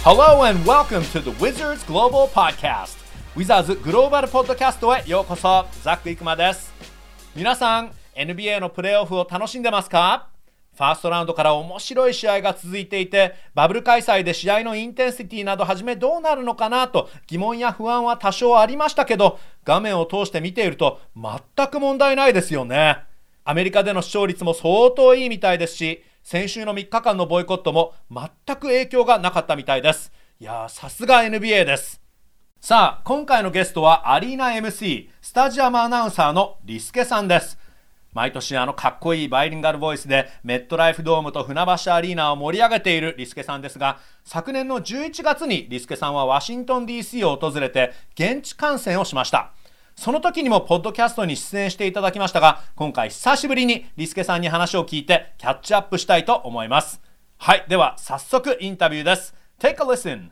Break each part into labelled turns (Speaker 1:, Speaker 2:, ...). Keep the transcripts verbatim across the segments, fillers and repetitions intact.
Speaker 1: Hello and welcome to the Wizards Global Podcast。ウィザーズグローバルポッドキャストへようこそ。ザック・イクマです。皆さん、エヌビーエー のプレーオフを楽しんでますか？ファーストラウンドから面白い試合が続いていて、バブル開催で試合のインテンシティなどはじめどうなるのかなと疑問や不安は多少ありましたけど、画面を通して見ていると全く問題ないですよね。アメリカでの視聴率も相当いいみたいですし、先週のみっかかんのボイコットも全く影響がなかったみたいです。いやー、さすが エヌビーエー です。さあ、今回のゲストはアリーナ エムシー、スタジアムアナウンサーのリスケさんです。毎年あのかっこいいバイリンガルボイスでメットライフドームと船橋アリーナを盛り上げているリスケさんですが、昨年のじゅういちがつにリスケさんはワシントン ディーシー を訪れて現地観戦をしました。その時にもポッドキャストに出演していただきましたが、今回久しぶりにリスケさんに話を聞いてキャッチアップしたいと思います。はい、では早速インタビューです。 Take a listen。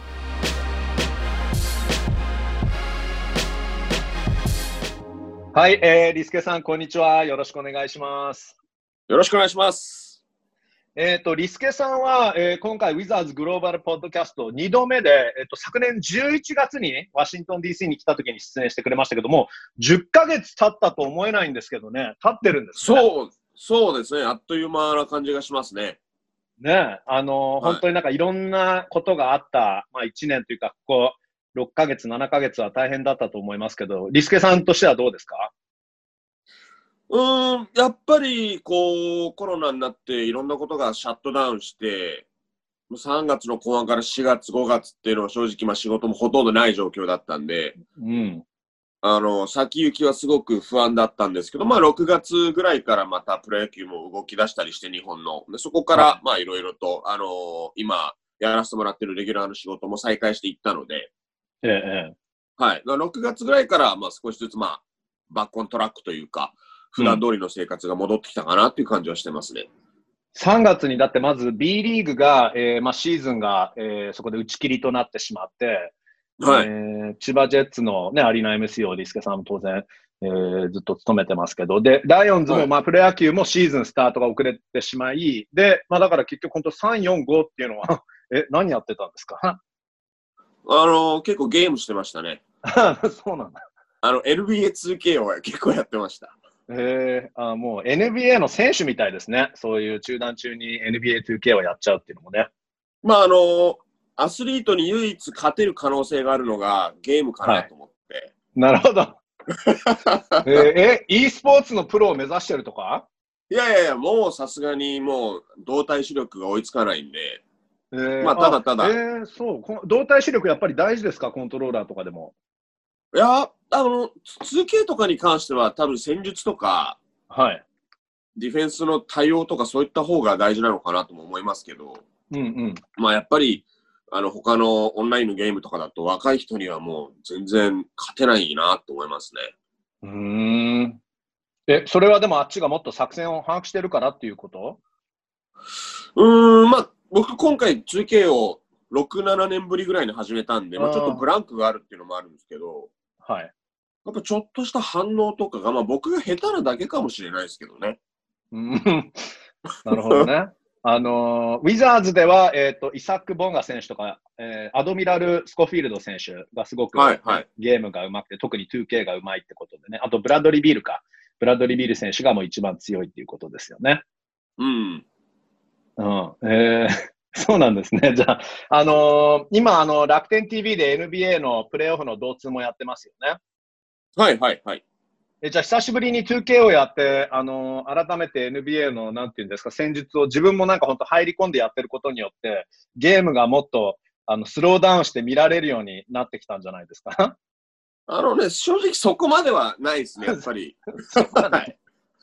Speaker 1: はい、えー、リスケさんこんにちは。よろしくお願いします。
Speaker 2: よろしくお願いします。
Speaker 1: えっと、リスケさんは、えー、今回、ウィザーズグローバルポッドキャストにどめで、えっと、昨年じゅういちがつにワシントン ディーシー に来た時に出演してくれましたけども、じゅっかげつ経ったと思えないんですけどね、経ってるんですね。
Speaker 2: そう、そうですね。あっという間な感じがしますね。
Speaker 1: ね、あのーはい、本当になんかいろんなことがあった、まあいちねんというか、こころっかげつ、ななかげつは大変だったと思いますけど、リスケさんとしてはどうですか？
Speaker 2: うーん、やっぱり、こう、コロナになっていろんなことがシャットダウンして、さんがつの後半からしがつ、ごがつっていうのは正直、まあ仕事もほとんどない状況だったんで、
Speaker 1: うん、
Speaker 2: あの、先行きはすごく不安だったんですけど、まあろくがつぐらいからまたプロ野球も動き出したりして、日本の。でそこから、はい、まあいろいろと、あのー、今、やらせてもらってるレギュラーの仕事も再開していったので、
Speaker 1: ええ、
Speaker 2: はい。ろくがつぐらいから、まあ少しずつ、まあ、バックオントラックというか、普段通りの生活が戻ってきたかなっていう感じはしてますね。うん、
Speaker 1: さんがつにだってまず B リーグが、えーまあ、シーズンが、えー、そこで打ち切りとなってしまって、
Speaker 2: はい、
Speaker 1: えー、千葉ジェッツの、ね、アリーナ エムシー をリスケさんも当然、えー、ずっと務めてますけど、で、ライオンズも、はい、まあ、プロ野球もシーズンスタートが遅れてしまい、で、まあ、だから結局本当さん、よん、ごっていうのは、え、何やってたんですか？
Speaker 2: あのー、結構ゲームしてましたね。
Speaker 1: そうなんだ。
Speaker 2: あの、エヌビーエーツーケー を結構やってました。
Speaker 1: へえ、あ、もう エヌビーエー の選手みたいですね。そういう中断中に エヌビーエーツーケー をやっちゃうっていうのもね。
Speaker 2: まあ、あのー、アスリートに唯一勝てる可能性があるのがゲームかなと思って。はい、
Speaker 1: なるほど。えー、え、e スポーツのプロを目指してるとか？
Speaker 2: いやいやいや、もうさすがにもう動体視力が追いつかないんで。
Speaker 1: えー、
Speaker 2: まあ、ただただ。
Speaker 1: えー、そう。動体視力やっぱり大事ですか？コントローラーとかでも。
Speaker 2: いや、あの、ツーケー とかに関しては多分戦術とか、
Speaker 1: はい。
Speaker 2: ディフェンスの対応とかそういった方が大事なのかなとも思いますけど、
Speaker 1: うんうん。
Speaker 2: まあやっぱり、あの、他のオンラインのゲームとかだと若い人にはもう全然勝てないなと思いますね。
Speaker 1: うーん。え、それはでもあっちがもっと作戦を把握してるからっていうこと？
Speaker 2: うーん、まあ僕今回 ツーケー をろく、ななねんぶりぐらいに始めたんで、まあちょっとブランクがあるっていうのもあるんですけど、
Speaker 1: はい。
Speaker 2: やっぱちょっとした反応とかが、まあ僕が下手なだけかもしれないですけどね。
Speaker 1: うん、なるほどね。あのー、ウィザーズでは、えっと、イサック・ボンガ選手とか、えー、アドミラル・スコフィールド選手がすごく、
Speaker 2: はいはい、
Speaker 1: ゲームが上手くて、特に ツーケー が上手いってことでね。あと、ブラッドリー・ビールか。ブラッドリー・ビール選手がもう一番強いっていうことですよね。
Speaker 2: うん。
Speaker 1: うん。えー、そうなんですね。じゃあ、あのー、今、あの、楽天 ティーブイ で エヌビーエー のプレイオフの同通もやってますよね。
Speaker 2: はいはいはい。
Speaker 1: え、じゃあ久しぶりに ツーケー をやって、あのー、改めて エヌビーエー の、なんていうんですか、戦術を自分もなんか本当入り込んでやってることによって、ゲームがもっと、あの、スローダウンして見られるようになってきたんじゃないですか？
Speaker 2: あのね、正直そこまではないですね、やっぱり。
Speaker 1: そこはない。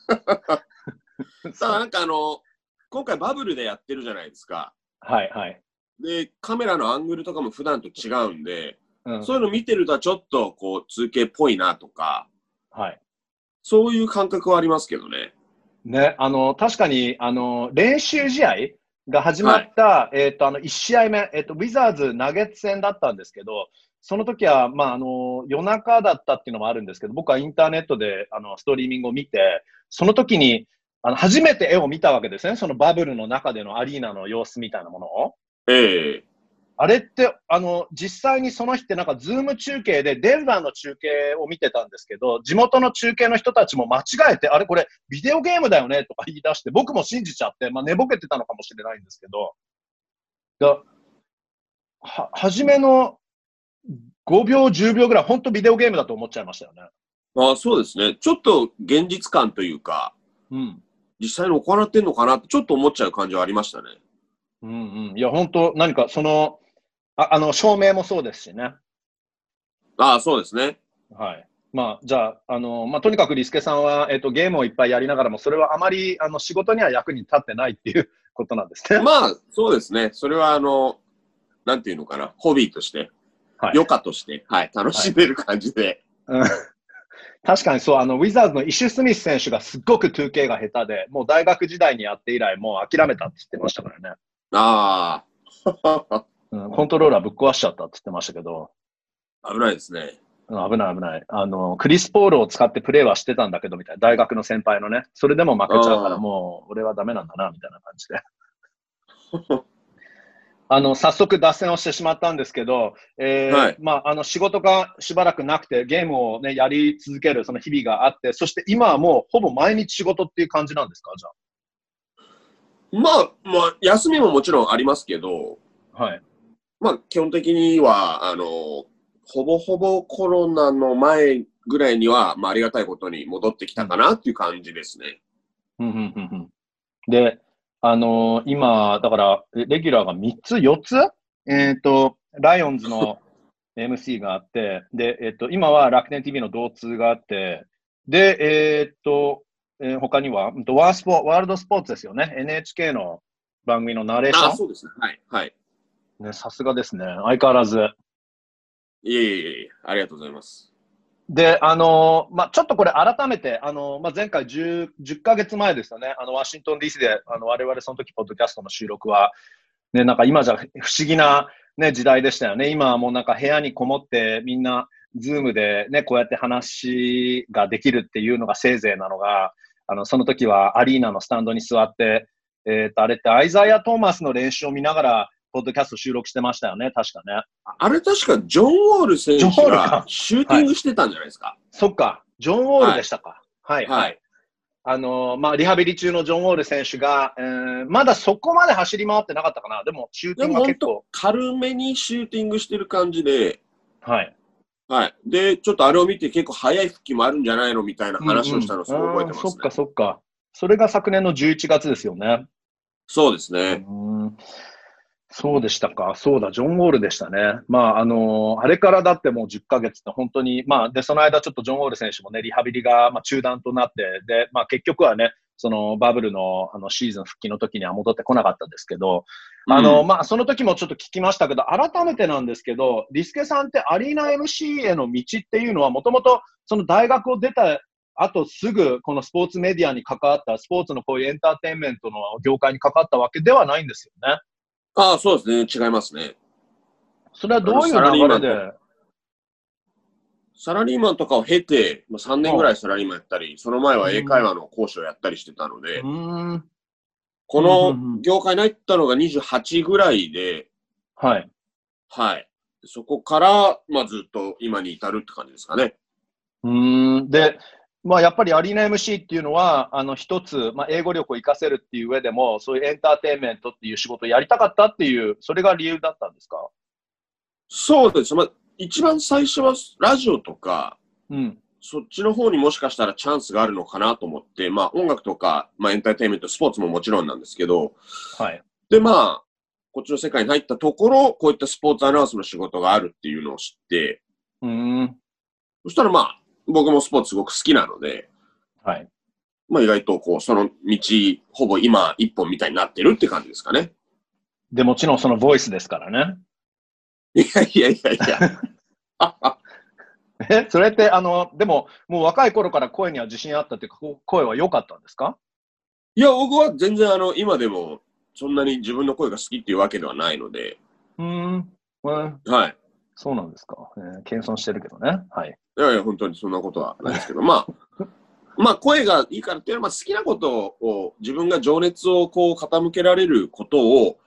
Speaker 2: ただなんかあの、今回バブルでやってるじゃないですか。
Speaker 1: はいはい。
Speaker 2: で、カメラのアングルとかも普段と違うんで、
Speaker 1: うん、
Speaker 2: そういうの見てるとちょっとこう ツーケー っぽいなとか、
Speaker 1: はい。
Speaker 2: そういう感覚はありますけどね。
Speaker 1: ね、あの、確かに、あの、練習試合が始まった、はい、えっと、あの、いち試合目、えっと、ウィザーズナゲッツ戦だったんですけど、その時は、まあ、あの、夜中だったっていうのもあるんですけど、僕はインターネットで、あの、ストリーミングを見て、その時に、あの、初めて絵を見たわけですね。そのバブルの中でのアリーナの様子みたいなものを。
Speaker 2: ええ
Speaker 3: あれって、あの、実際にその日ってなんか、ズーム中継で、デンバーの中継を見てたんですけど、地元の中継の人たちも間違えて、あれこれ、ビデオゲームだよねとか言い出して、僕も信じちゃって、まあ寝ぼけてたのかもしれないんですけど、だは、初めのごびょう、じゅうびょうぐらい、本当ビデオゲームだと思っちゃいましたよね。
Speaker 2: ああ、そうですね。ちょっと現実感というか、
Speaker 3: うん。
Speaker 2: 実際に行ってんのかなってちょっと思っちゃう感じはありましたね。
Speaker 3: うんうん。いや、本当何かその、あ、あの、照明もそうですしね。
Speaker 2: ああ、そうですね。
Speaker 3: はい。まあ、じゃあ、あの、まあ、とにかくリスケさんは、えっと、ゲームをいっぱいやりながらも、それはあまり、あの、仕事には役に立ってないっていうことなんですね。
Speaker 2: まあ、そうですね。それは、あの、なんていうのかな、ホビーとして、
Speaker 3: はい、
Speaker 2: 余暇として、はい、楽しんでる感じで。
Speaker 3: はい、うん、確かにそう、あの、ウィザーズのイシュ・スミス選手がすっごく ツーケー が下手で、もう大学時代にやって以来、もう諦めたって言ってましたからね。
Speaker 2: あ
Speaker 3: あ、うん、コントローラーぶっ壊しちゃったって言ってましたけど。
Speaker 2: 危ないですね。
Speaker 3: うん、危ない危ない。あの、クリス・ポールを使ってプレーはしてたんだけど、みたいな。大学の先輩のね。それでも負けちゃうから、もう、俺はダメなんだな、みたいな感じで。あの、早速脱線をしてしまったんですけど、えー、はい、まあ、あの、仕事がしばらくなくて、ゲームをね、やり続ける、その日々があって、そして今はもう、ほぼ毎日仕事っていう感じなんですか、じゃ
Speaker 2: あ。まあ、まあ、休みももちろんありますけど、
Speaker 3: はい。
Speaker 2: まあ、基本的には、あの、ほぼほぼコロナの前ぐらいには、まあ、ありがたいことに戻ってきたかなっていう感じですね。
Speaker 3: うん、うん、うん、うん。で、あのー、今、だから、レギュラーがみっつ、よっつえっ、ー、と、ライオンズのエムシーがあって、で、えっ、ー、と、今は楽天 ティーブイ の同通があって、で、えっ、と、えー、他には、ワースポ、ワールドスポーツですよね。エヌエイチケー の番組のナレーション。
Speaker 2: あ、そうですね。はい。はい。
Speaker 3: ね、さすがですね。相変わらず。
Speaker 2: いえいえいえ、ありがとうございます。
Speaker 3: で、あのー、まあ、ちょっとこれ改めて、あのー、まあ、前回じゅう、じゅっかげつまえですよね。あの、ワシントン ディーシー で、あの、我々その時、ポッドキャストの収録は、ね、なんか今じゃ不思議な、ね、時代でしたよね。今はもうなんか部屋にこもってみんな、ズームでね、こうやって話ができるっていうのがせいぜいなのが、あの、その時はアリーナのスタンドに座って、えっと、あれってアイザイア・トーマスの練習を見ながら、ポッドキャスト収録してましたよね、確かね。
Speaker 2: あれ確かジョン・ウォール選手がシューティングしてたんじゃないですか。はい、
Speaker 3: そっか、ジョン・ウォールでしたか。はい、はい、はい。あのー、まあ、リハビリ中のジョン・ウォール選手が、えー、まだそこまで走り回ってなかったかな。でも、シューティングは結構。
Speaker 2: 軽めにシューティングしてる感じで、
Speaker 3: はい。
Speaker 2: はい。で、ちょっとあれを見て結構速い復帰もあるんじゃないのみたいな話をしたのをすごい覚えてますね。
Speaker 3: うんうん、そっかそっか。それが昨年のじゅういちがつですよね。
Speaker 2: そうですね。
Speaker 3: うんそうでしたか。そうだ、ジョン・ウォールでしたね。まあ、あのー、あれからだってもうじゅっかげつって本当に、まあ、で、その間ちょっとジョン・ウォール選手もね、リハビリが、まあ、中断となって、で、まあ、結局はね、そのバブルのあのシーズン復帰の時には戻ってこなかったんですけど、うん、あの、まあ、その時もちょっと聞きましたけど、改めてなんですけど、リスケさんってアリーナ エムシー への道っていうのはもともとその大学を出たあとすぐこのスポーツメディアに関わった、スポーツのこういうエンターテインメントの業界に関わったわけではないんですよね。
Speaker 2: ああ、そうですね。違いますね。
Speaker 3: それはどういう流れで
Speaker 2: サラリーマンとかを経て、さんねんぐらいサラリーマンやったり、その前は英会話の講師をやったりしてたので、
Speaker 3: うん
Speaker 2: この業界に入ったのがにじゅうはちぐらいで、
Speaker 3: はい。
Speaker 2: はい。そこから、まあ、ずっと今に至るって感じですかね。
Speaker 3: うんで、まあ、やっぱりアリーナ エムシー っていうのは、あの一つ、まあ、英語力を活かせるっていう上でも、そういうエンターテインメントっていう仕事をやりたかったっていう、それが理由だったんですか？
Speaker 2: そうです。まあ、一番最初はラジオとか、
Speaker 3: うん、
Speaker 2: そっちの方にもしかしたらチャンスがあるのかなと思って、まあ、音楽とか、まあ、エンターテインメント、スポーツももちろんなんですけど、
Speaker 3: はい。
Speaker 2: で、まあ、こっちの世界に入ったところ、こういったスポーツアナウンスの仕事があるっていうのを知って、
Speaker 3: うん、
Speaker 2: そしたらまあ、僕もスポーツすごく好きなので、
Speaker 3: はい。
Speaker 2: まあ意外とこう、その道、ほぼ今一本みたいになってるって感じですかね。
Speaker 3: で、もちろんそのボイスですからね。
Speaker 2: いやいやいやいや。
Speaker 3: え、それって、あの、でも、もう若い頃から声には自信あったっていうか、声は良かったんですか？
Speaker 2: いや、僕は全然あの、今でも、そんなに自分の声が好きっていうわけではないので。
Speaker 3: うーん。うん、
Speaker 2: はい。
Speaker 3: そうなんですか。えー、謙遜してるけどね。はい。
Speaker 2: いやいや、本当にそんなことはないですけど、まあ、まあ、声がいいからっていうのは、まあ、好きなことを、自分が情熱をこう傾けられることを、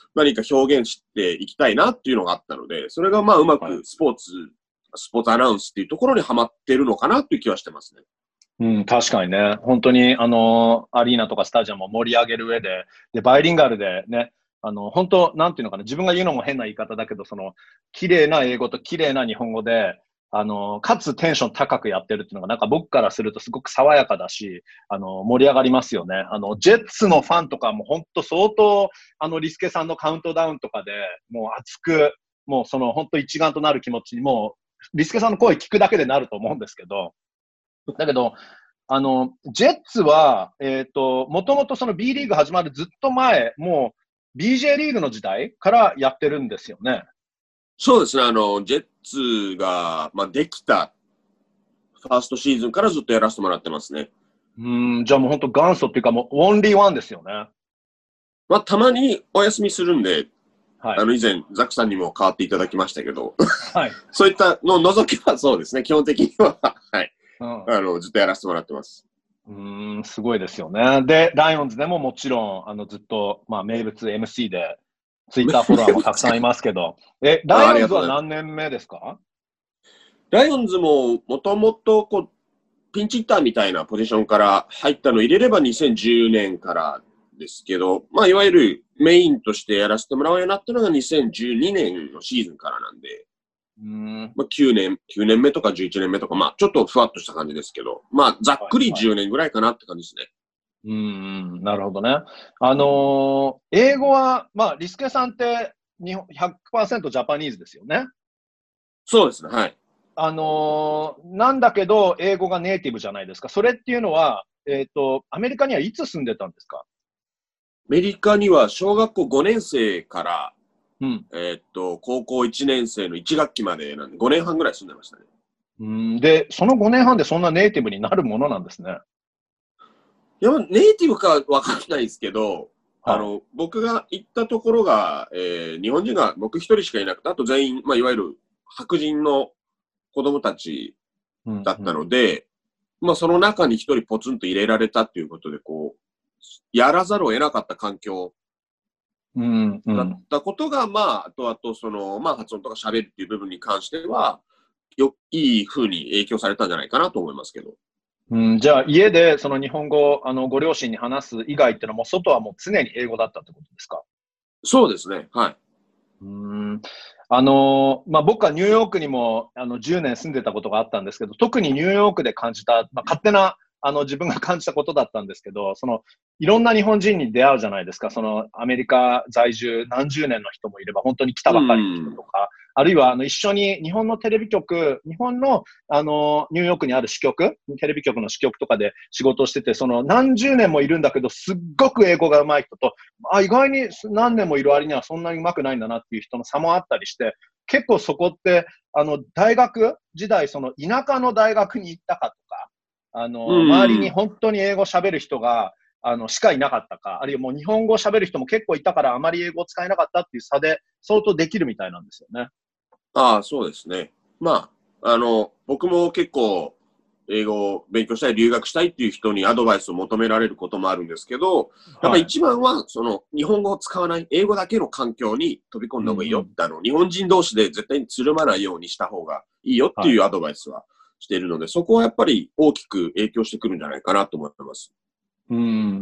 Speaker 2: 何か表現していきたいなっていうのがあったので、それがまあうまくスポーツ、はい、スポーツアナウンスっていうところにはまってるのかなっていう気はしてますね。
Speaker 3: うん、確かにね。本当に、あの、アリーナとかスタジアムを盛り上げる上で、で、バイリンガルでね、あの、本当、なんていうのかな、自分が言うのも変な言い方だけど、その、綺麗な英語と綺麗な日本語で、あの、かつテンション高くやってるっていうのが、なんか僕からするとすごく爽やかだし、あの、盛り上がりますよね。あの、ジェッツのファンとかも本当相当、あの、リスケさんのカウントダウンとかで、もう熱く、もうその、本当一丸となる気持ちに、もう、リスケさんの声聞くだけでなると思うんですけど、だけど、あの、ジェッツは、えっと、もともとその B リーグ始まるずっと前、もう ビージェー リーグの時代からやってるんですよね。
Speaker 2: そうですね。あの、ジェッツが、まあ、できたファーストシーズンからずっとやらせてもらってますね。
Speaker 3: うん、じゃあもう本当元祖っていうかもうオンリーワンですよね。
Speaker 2: まあ、たまにお休みするんで、
Speaker 3: はい、
Speaker 2: あの、以前、ザックさんにも代わっていただきましたけど、
Speaker 3: はい、
Speaker 2: そういったのを除けばそうですね。基本的には、はい。
Speaker 3: うん、
Speaker 2: あの、ずっとやらせてもらってます。
Speaker 3: うーん、すごいですよね。で、ライオンズでももちろん、あの、ずっと、まあ、名物 エムシー で、ツイッターフォロワーもたくさんいますけど、え、ライオンズは何年目ですか？
Speaker 2: ライオンズも、もともと、こう、ピンチヒッターみたいなポジションから入ったのを入れればにせんじゅうねんからですけど、まあ、いわゆるメインとしてやらせてもらうようになったのがにせんじゅうにねんのシーズンからなんで、
Speaker 3: うーん、
Speaker 2: まあ、きゅうねん、きゅうねんめとかじゅういちねんめとか、まあ、ちょっとふわっとした感じですけど、まあ、ざっくりじゅうねんぐらいかなって感じですね。
Speaker 3: はいはい、うーん、なるほどね。あのー、英語は、まあ、リスケさんって日本 ひゃくパーセント ジャパニーズですよね。
Speaker 2: そうですね、はい。
Speaker 3: あのー、なんだけど、英語がネイティブじゃないですか。それっていうのは、えっと、アメリカにはいつ住んでたんですか？
Speaker 2: アメリカには小学校ごねん生から、
Speaker 3: うん、
Speaker 2: えーっと、高校いちねん生のいち学期までなんで、ごねんはんぐらい住んでましたね。
Speaker 3: うんで、そのごねんはんでそんなネイティブになるものなんですね。
Speaker 2: いや、ネイティブかわかんないですけど、
Speaker 3: はい、
Speaker 2: あの、僕が行ったところが、えー、日本人が僕一人しかいなくて、あと全員、まあ、いわゆる白人の子供たちだったので、うんうん、まあ、その中に一人ポツンと入れられたっていうことで、こう、やらざるを得なかった環境だったことが、うんうん、まあ、後々、その、まあ、発音とか喋るっていう部分に関しては、よ、いい風に影響されたんじゃないかなと思いますけど。
Speaker 3: うん、じゃあ、家でその日本語、あの、ご両親に話す以外っていうのは、もう外はもう常に英語だったってことですか？
Speaker 2: そうですね。はい。
Speaker 3: うーん。あのー、まあ、僕はニューヨークにも、あの、じゅうねん住んでたことがあったんですけど、特にニューヨークで感じた、まあ、勝手な、あの、自分が感じたことだったんですけど、その、いろんな日本人に出会うじゃないですか。その、アメリカ在住何十年の人もいれば、本当に来たばかりの人とか、あるいは、あの、一緒に日本のテレビ局、日本の、あの、ニューヨークにある支局、テレビ局の支局とかで仕事をしてて、その、何十年もいるんだけど、すっごく英語が上手い人と、あ、意外に何年もいる割にはそんなに上手くないんだなっていう人の差もあったりして、結構そこって、あの、大学時代、その、田舎の大学に行ったかとか、あの、周りに本当に英語喋る人が、あの、しかいなかったか、あるいはもう日本語喋る人も結構いたからあまり英語を使えなかったっていう差で相当できるみたいなんですよね。
Speaker 2: ああ、そうですね。まあ、あの、僕も結構、英語を勉強したい、留学したいっていう人にアドバイスを求められることもあるんですけど、やっぱ一番は、その、日本語を使わない、英語だけの環境に飛び込んだ方がいいよって、うんうん、あの、日本人同士で絶対につるまないようにした方がいいよっていうアドバイスはしているので、はい、そこはやっぱり大きく影響してくるんじゃないかなと思ってます。
Speaker 3: うん、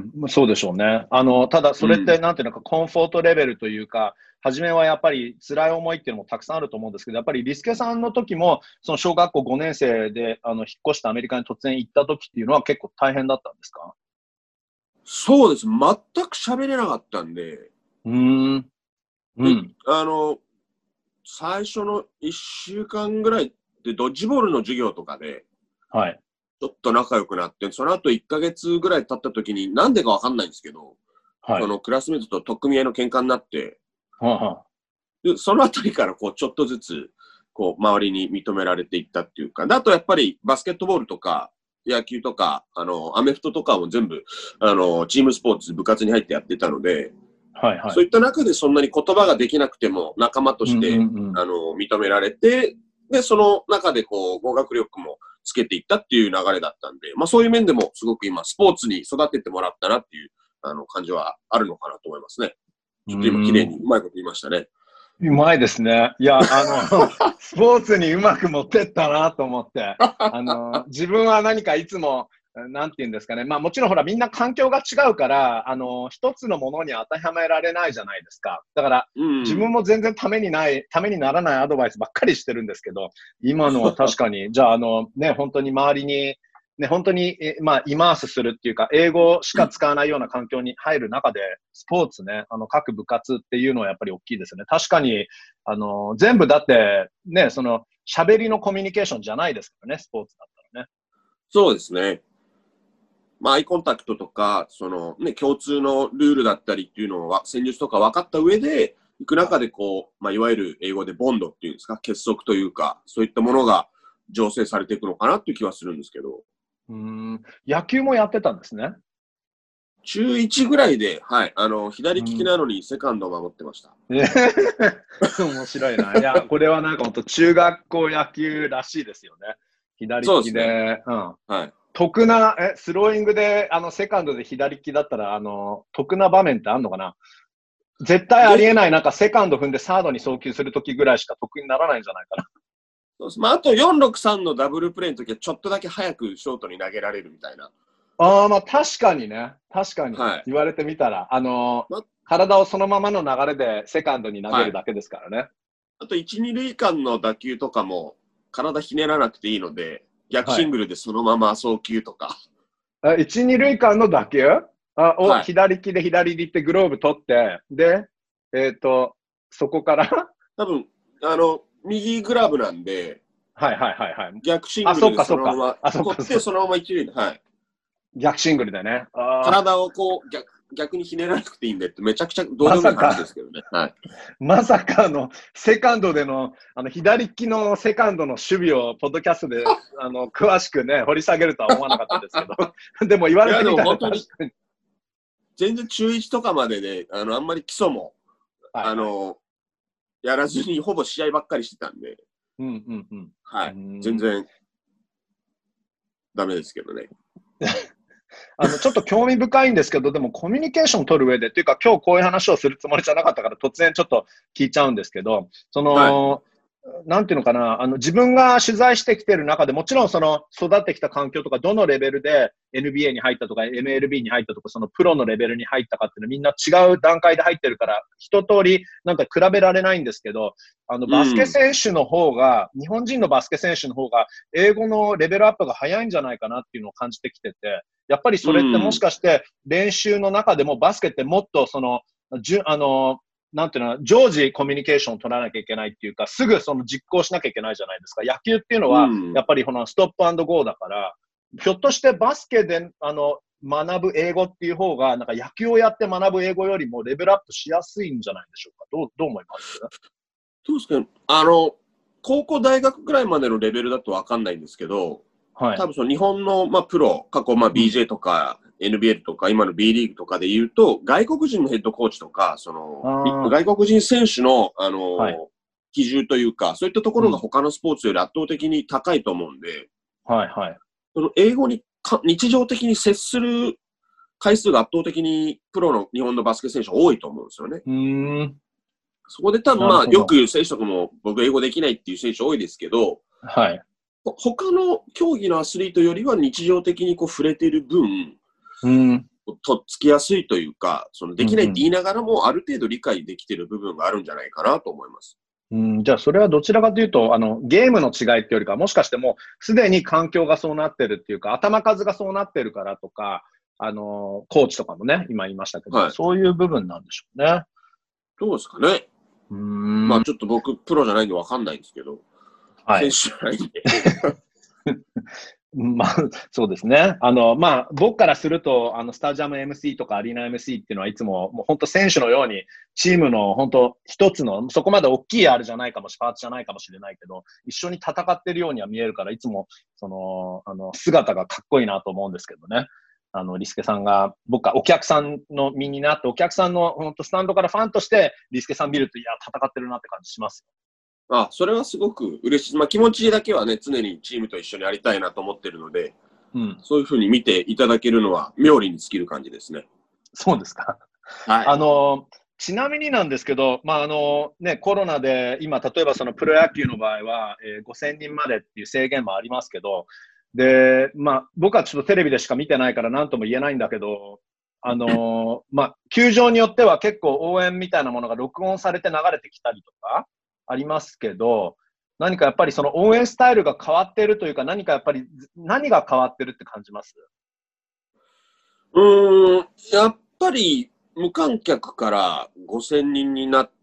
Speaker 3: そうでしょうね。あの、ただそれってなんていうのか、コンフォートレベルというか、初めはやっぱり辛い思いっていうのもたくさんあると思うんですけど、やっぱりリスケさんの時も、その小学校ごねん生であの引っ越したアメリカに突然行った時っていうのは結構大変だったんですか？
Speaker 2: そうです。全く喋れなかったんで。
Speaker 3: うーん。
Speaker 2: うん。あの、最初のいっしゅうかんぐらいでドッジボールの授業とかで、
Speaker 3: はい。
Speaker 2: ちょっと仲良くなって、その後いっかげつぐらい経った時に、なんでかわかんないんですけど、はい、そのクラスメートと取っ組み合いの喧嘩になって、はあはあ、でそのあたりからこうちょっとずつこう周りに認められていったっていうか、あとやっぱりバスケットボールとか野球とかあのアメフトとかも全部あのチームスポーツ部活に入ってやってたので、はいはい、そういった中でそんなに言葉ができなくても仲間として、うんうんうん、あの認められて、でその中でこう語学力もつけていったっていう流れだったんで、まあそういう面でもすごく今スポーツに育ててもらったなっていうあの感じはあるのかなと思いますね。 ちょっと今綺麗にうまいこと言いましたね。
Speaker 3: うまいですね。いや、あの、スポーツにうまく持ってったなと思って、あの、自分は何かいつも、なんて言うんですかね。まあもちろんほらみんな環境が違うから、あの、一つのものに当てはめられないじゃないですか。だから、
Speaker 2: うん、
Speaker 3: 自分も全然ためにない、ためにならないアドバイスばっかりしてるんですけど、今のは確かに、じゃああの、ね、本当に周りに、ね、本当に、えまあ、イマースするっていうか、英語しか使わないような環境に入る中で、スポーツね、あの、各部活っていうのはやっぱり大きいですね。確かに、あの、全部だって、ね、その、喋りのコミュニケーションじゃないですからね、スポーツだったらね。
Speaker 2: そうですね。まあ、アイコンタクトとか、そのね、共通のルールだったりっていうのを、戦術とか分かった上で、行く中でこう、まあ、いわゆる英語でボンドっていうんですか、結束というか、そういったものが醸成されていくのかなっていう気はするんですけど。
Speaker 3: うーん、野球もやってたんですね。
Speaker 2: 中いちぐらいで、はい、あの、左利きなのにセカンドを守ってました。
Speaker 3: 面白いな。いや、これはなんか本当中学校野球らしいですよね。左利きで。
Speaker 2: そうですね。
Speaker 3: うん。
Speaker 2: はい。
Speaker 3: 得な、え、スローイングで、あの、セカンドで左利きだったら、あの、得な場面ってあんのかな？絶対ありえない、なんかセカンド踏んでサードに送球するときぐらいしか得にならないんじゃないかな。
Speaker 2: そうです。まあ、あとよんろくさんのダブルプレーの時はちょっとだけ早くショートに投げられるみたいな。
Speaker 3: ああ、まあ確かにね。確かに。
Speaker 2: はい、
Speaker 3: 言われてみたら。あのー
Speaker 2: ま、
Speaker 3: 体をそのままの流れでセカンドに投げるだけですからね。はい、
Speaker 2: あといち、に塁間の打球とかも体ひねらなくていいので、逆シングルでそのまま送球とか。
Speaker 3: はい、いち、に塁間の打球あを、
Speaker 2: はい、
Speaker 3: 左利きで左利きでグローブ取って、で、えっ、ー、と、そこから
Speaker 2: 多分、あの、右グラブなんで、
Speaker 3: はいはいはいはい。
Speaker 2: 逆シングルでそのまま
Speaker 3: 取
Speaker 2: ってそのまま一塁で、はい。
Speaker 3: 逆シングルでね。
Speaker 2: あ体をこう逆逆にひねらなくていいんでってめちゃくちゃどうでもいい話ですけどね。はい、
Speaker 3: まさかのセカンドでのあの左利きのセカンドの守備をポッドキャストであの詳しくね掘り下げるとは思わなかったですけどでも言われてみたら確かに
Speaker 2: 全然中いちとかまでで、ね、あのあんまり基礎も、はいはい、あのやらずにほぼ試合ばっかりしてたんで、
Speaker 3: うんうんうん
Speaker 2: はい、全然ダメですけどね。
Speaker 3: あのちょっと興味深いんですけど、でもコミュニケーション取る上で、というか今日こういう話をするつもりじゃなかったから突然ちょっと聞いちゃうんですけど、その、はい、なんていうのかな、あの自分が取材してきてる中でもちろんその育ってきた環境とかどのレベルで エヌビーエー に入ったとか エムエルビー に入ったとかそのプロのレベルに入ったかっていうのはみんな違う段階で入ってるから一通りなんか比べられないんですけど、あのバスケ選手の方が、うん、日本人のバスケ選手の方が英語のレベルアップが早いんじゃないかなっていうのを感じてきてて、やっぱりそれってもしかして練習の中でもバスケってもっとその、じゅあの、なんていうの、常時コミュニケーションを取らなきゃいけないっていうか、すぐその実行しなきゃいけないじゃないですか。野球っていうのは、やっぱりこのストップ&ゴーだから、ひょっとしてバスケで、あの、学ぶ英語っていう方が、なんか野球をやって学ぶ英語よりもレベルアップしやすいんじゃないでしょうか。どう、どう思います？
Speaker 2: そうですね。あの、高校大学ぐらいまでのレベルだとわかんないんですけど、はい、多分その日本の、まあ、プロ、過去、まあ、ビージェー とか、うん、エヌビーエル とか、今の B リーグとかで言うと、外国人のヘッドコーチとか、その、外国人選手の、あの、はい、基準というか、そういったところが他のスポーツより圧倒的に高いと思うんで、
Speaker 3: はいはい。
Speaker 2: その英語にか日常的に接する回数が圧倒的にプロの日本のバスケ選手多いと思うんですよね。
Speaker 3: うーん。
Speaker 2: そこで多分まあ、よく言う選手とかも僕英語できないっていう選手多いですけど、
Speaker 3: はい。
Speaker 2: 他の競技のアスリートよりは日常的にこう触れている分、
Speaker 3: うん、
Speaker 2: とっつきやすいというか、そのできないって言いながらもある程度理解できている部分があるんじゃないかなと思います。
Speaker 3: うん、じゃあそれはどちらかというと、あの、ゲームの違いっていうよりか、もしかしてもうすでに環境がそうなってるっていうか、頭数がそうなってるからとか、あの、コーチとかもね、今言いましたけど、はい、そういう部分なんでしょうね。
Speaker 2: どうですかね。
Speaker 3: うーん。
Speaker 2: まあちょっと僕、プロじゃないんでわかんないんですけど。はい、選手じゃないんで。
Speaker 3: まあ、そうですね。あの、まあ、僕からすると、あの、スタジアム エムシー とかアリーナ エムシー っていうのはいつも、もう本当選手のように、チームの本当一つの、そこまで大きいあれじゃないかもし、パーツじゃないかもしれないけど、一緒に戦ってるようには見えるから、いつも、その、あの、姿がかっこいいなと思うんですけどね。あの、リスケさんが、僕はお客さんの身になって、お客さんの本当スタンドからファンとして、リスケさん見ると、いや、戦ってるなって感じします。
Speaker 2: あ、それはすごく嬉しい。まあ気持ちだけはね、常にチームと一緒にやりたいなと思ってるので、うん、そういうふうに見ていただけるのは妙利に尽きる感じですね。
Speaker 3: そうですか。
Speaker 2: はい。
Speaker 3: あの、 ちなみになんですけど、まああのね、コロナで今、例えばそのプロ野球の場合は、えー、ごせんにんまでっていう制限もありますけど、で、まあ、僕はちょっとテレビでしか見てないから何とも言えないんだけど、あのまあ、球場によっては結構応援みたいなものが録音されて流れてきたりとかありますけど、何かやっぱりその応援スタイルが変わっているというか、何かやっぱり何が変わってるって感じます？
Speaker 2: うーん、やっぱり無観客からごせんにんになって、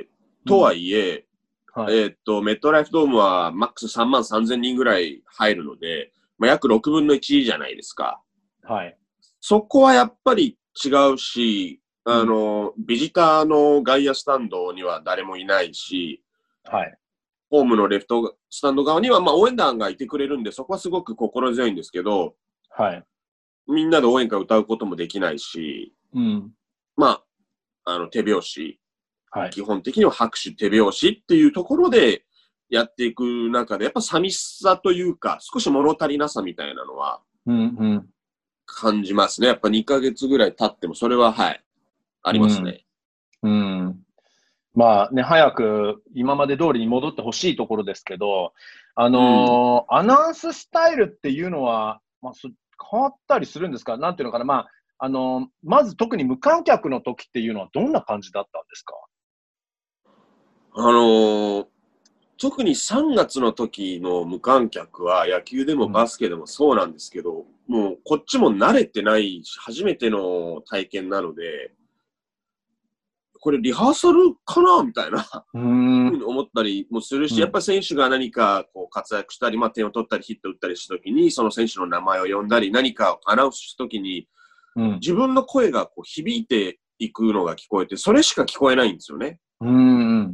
Speaker 2: とはいえ、うん、はい、えっと、メットライフドームはマックスさんまんさんぜんにんぐらい入るので、まあ、約ろくぶんのいちじゃないですか。
Speaker 3: はい。
Speaker 2: そこはやっぱり違うし、あの、うん、ビジターの外野スタンドには誰もいないし、
Speaker 3: はい。
Speaker 2: ホームのレフトスタンド側には、まあ、応援団がいてくれるんで、そこはすごく心強いんですけど、
Speaker 3: はい。
Speaker 2: みんなで応援歌を歌うこともできないし、
Speaker 3: うん、
Speaker 2: まあ、あの、手拍子、
Speaker 3: はい。
Speaker 2: 基本的には拍手、手拍子っていうところでやっていく中で、やっぱ寂しさというか、少し物足りなさみたいなのは、感じますね。やっぱにかげつぐらい経っても、それは、はい、ありますね。
Speaker 3: うん。うん、まあね、早く今まで通りに戻ってほしいところですけど、あのーうん、アナウンススタイルっていうのは、まあ、変わったりするんですか？なんていうのかな、まあ、あのー、まず特に無観客の時っていうのはどんな感じだったんですか？
Speaker 2: あのー、特にさんがつの時の無観客は野球でもバスケでもそうなんですけど、うん、もうこっちも慣れてないし、初めての体験なので、これリハーサルかなみたいなふうに思ったりもするし、うん、やっぱり選手が何かこう活躍したり、まあ、点を取ったりヒット打ったりしたときに、その選手の名前を呼んだり、何かアナウンスしたときに、うん、自分の声がこう響いていくのが聞こえて、それしか聞こえないんですよね。
Speaker 3: うん、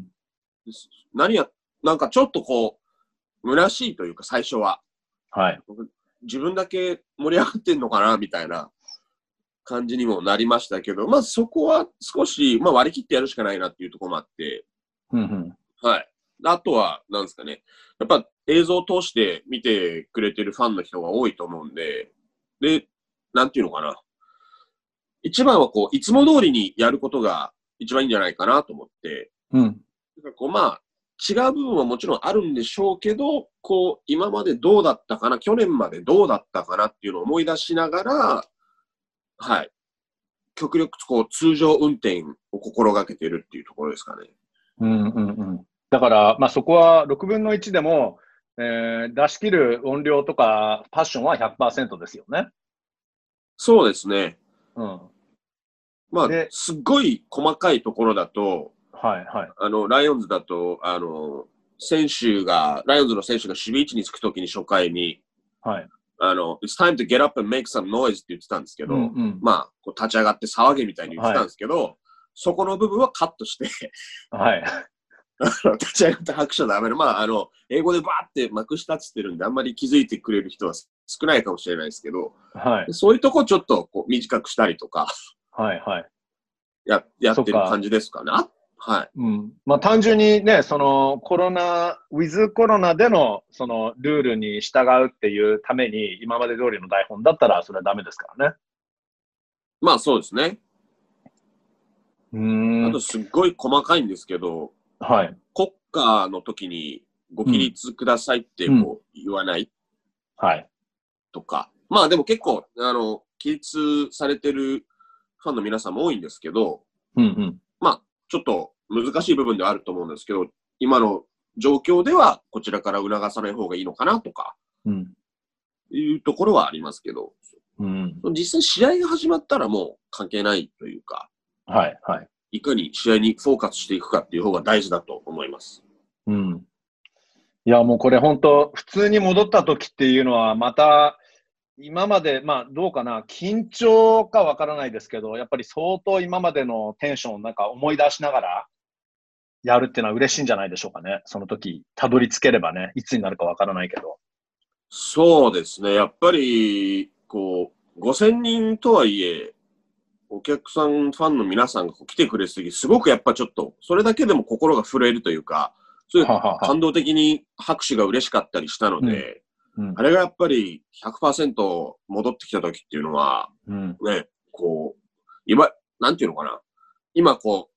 Speaker 2: 何や、なんかちょっとこう、虚しいというか最初は。
Speaker 3: はい。
Speaker 2: 自分だけ盛り上がってんのかなみたいな感じにもなりましたけど、まあそこは少し、まあ割り切ってやるしかないなっていうところもあって、
Speaker 3: うんうん、
Speaker 2: はい。あとは、なんですかね、やっぱ映像を通して見てくれてるファンの人が多いと思うんで、で、なんていうのかな。一番はこう、いつも通りにやることが一番いいんじゃないかなと思って、
Speaker 3: うん。
Speaker 2: こうまあ、違う部分はもちろんあるんでしょうけど、こう、今までどうだったかな、去年までどうだったかなっていうのを思い出しながら、はい。極力こう通常運転を心がけてるっていうところですかね。
Speaker 3: うんうんうん。だから、まあ、そこはろくぶんのいちでも、えー、出し切る音量とかパッションは ひゃくパーセント ですよね。
Speaker 2: そうですね。
Speaker 3: うん。
Speaker 2: まあ、すっごい細かいところだと、
Speaker 3: はいはい。
Speaker 2: あの、ライオンズだと、あの、選手が、ライオンズの選手が守備位置につくときに初回に、
Speaker 3: はい。
Speaker 2: あの、It's time to get up and make some noise って言ってたんですけど、うんうん、まあ、こう立ち上がって騒げみたいに言ってたんですけど、はい、そこの部分はカットして
Speaker 3: はい。
Speaker 2: 立ち上がって拍手はダメで、まあ、あの、英語でバーってまくしたって言ってるんで、あんまり気づいてくれる人は少ないかもしれないですけど、
Speaker 3: はい、
Speaker 2: そういうとこちょっとこう短くしたりとか、
Speaker 3: はいはい。
Speaker 2: や、やってる感じですかね。はい。
Speaker 3: うん。まあ単純にね、そのコロナ、ウィズコロナでのそのルールに従うっていうために、今まで通りの台本だったらそれはダメですからね。
Speaker 2: まあそうですね。
Speaker 3: うーん。
Speaker 2: あとすっごい細かいんですけど、
Speaker 3: はい。
Speaker 2: 国歌の時にご起立くださいってこう言わない、
Speaker 3: うん、はい。
Speaker 2: とか。まあでも結構、あの、起立されてるファンの皆さんも多いんですけど、
Speaker 3: うんうん、
Speaker 2: まあちょっと難しい部分ではあると思うんですけど、今の状況ではこちらから促さない方がいいのかなとか、うん、いうところはありますけど、うん、実際試合が始まったらもう関係ないというか、
Speaker 3: はいはい。
Speaker 2: いかに試合にフォーカスしていくかっていう方が大事だと思います。
Speaker 3: うん。いやもうこれ本当普通に戻った時っていうのはまた今まで、まあどうかな、緊張かわからないですけど、やっぱり相当今までのテンションをなんか思い出しながらやるっていうのは嬉しいんじゃないでしょうかね。その時、たどり着ければね、いつになるかわからないけど。
Speaker 2: そうですね。やっぱり、こう、ごせんにんとはいえ、お客さん、ファンの皆さんが来てくれすぎ、すごくやっぱちょっと、それだけでも心が震えるというか、そういう感動的に拍手が嬉しかったりしたので、うんうん、あれがやっぱり ひゃくパーセント 戻ってきた時っていうのは、うん、ね、こう、今、なんていうのかな。今こう、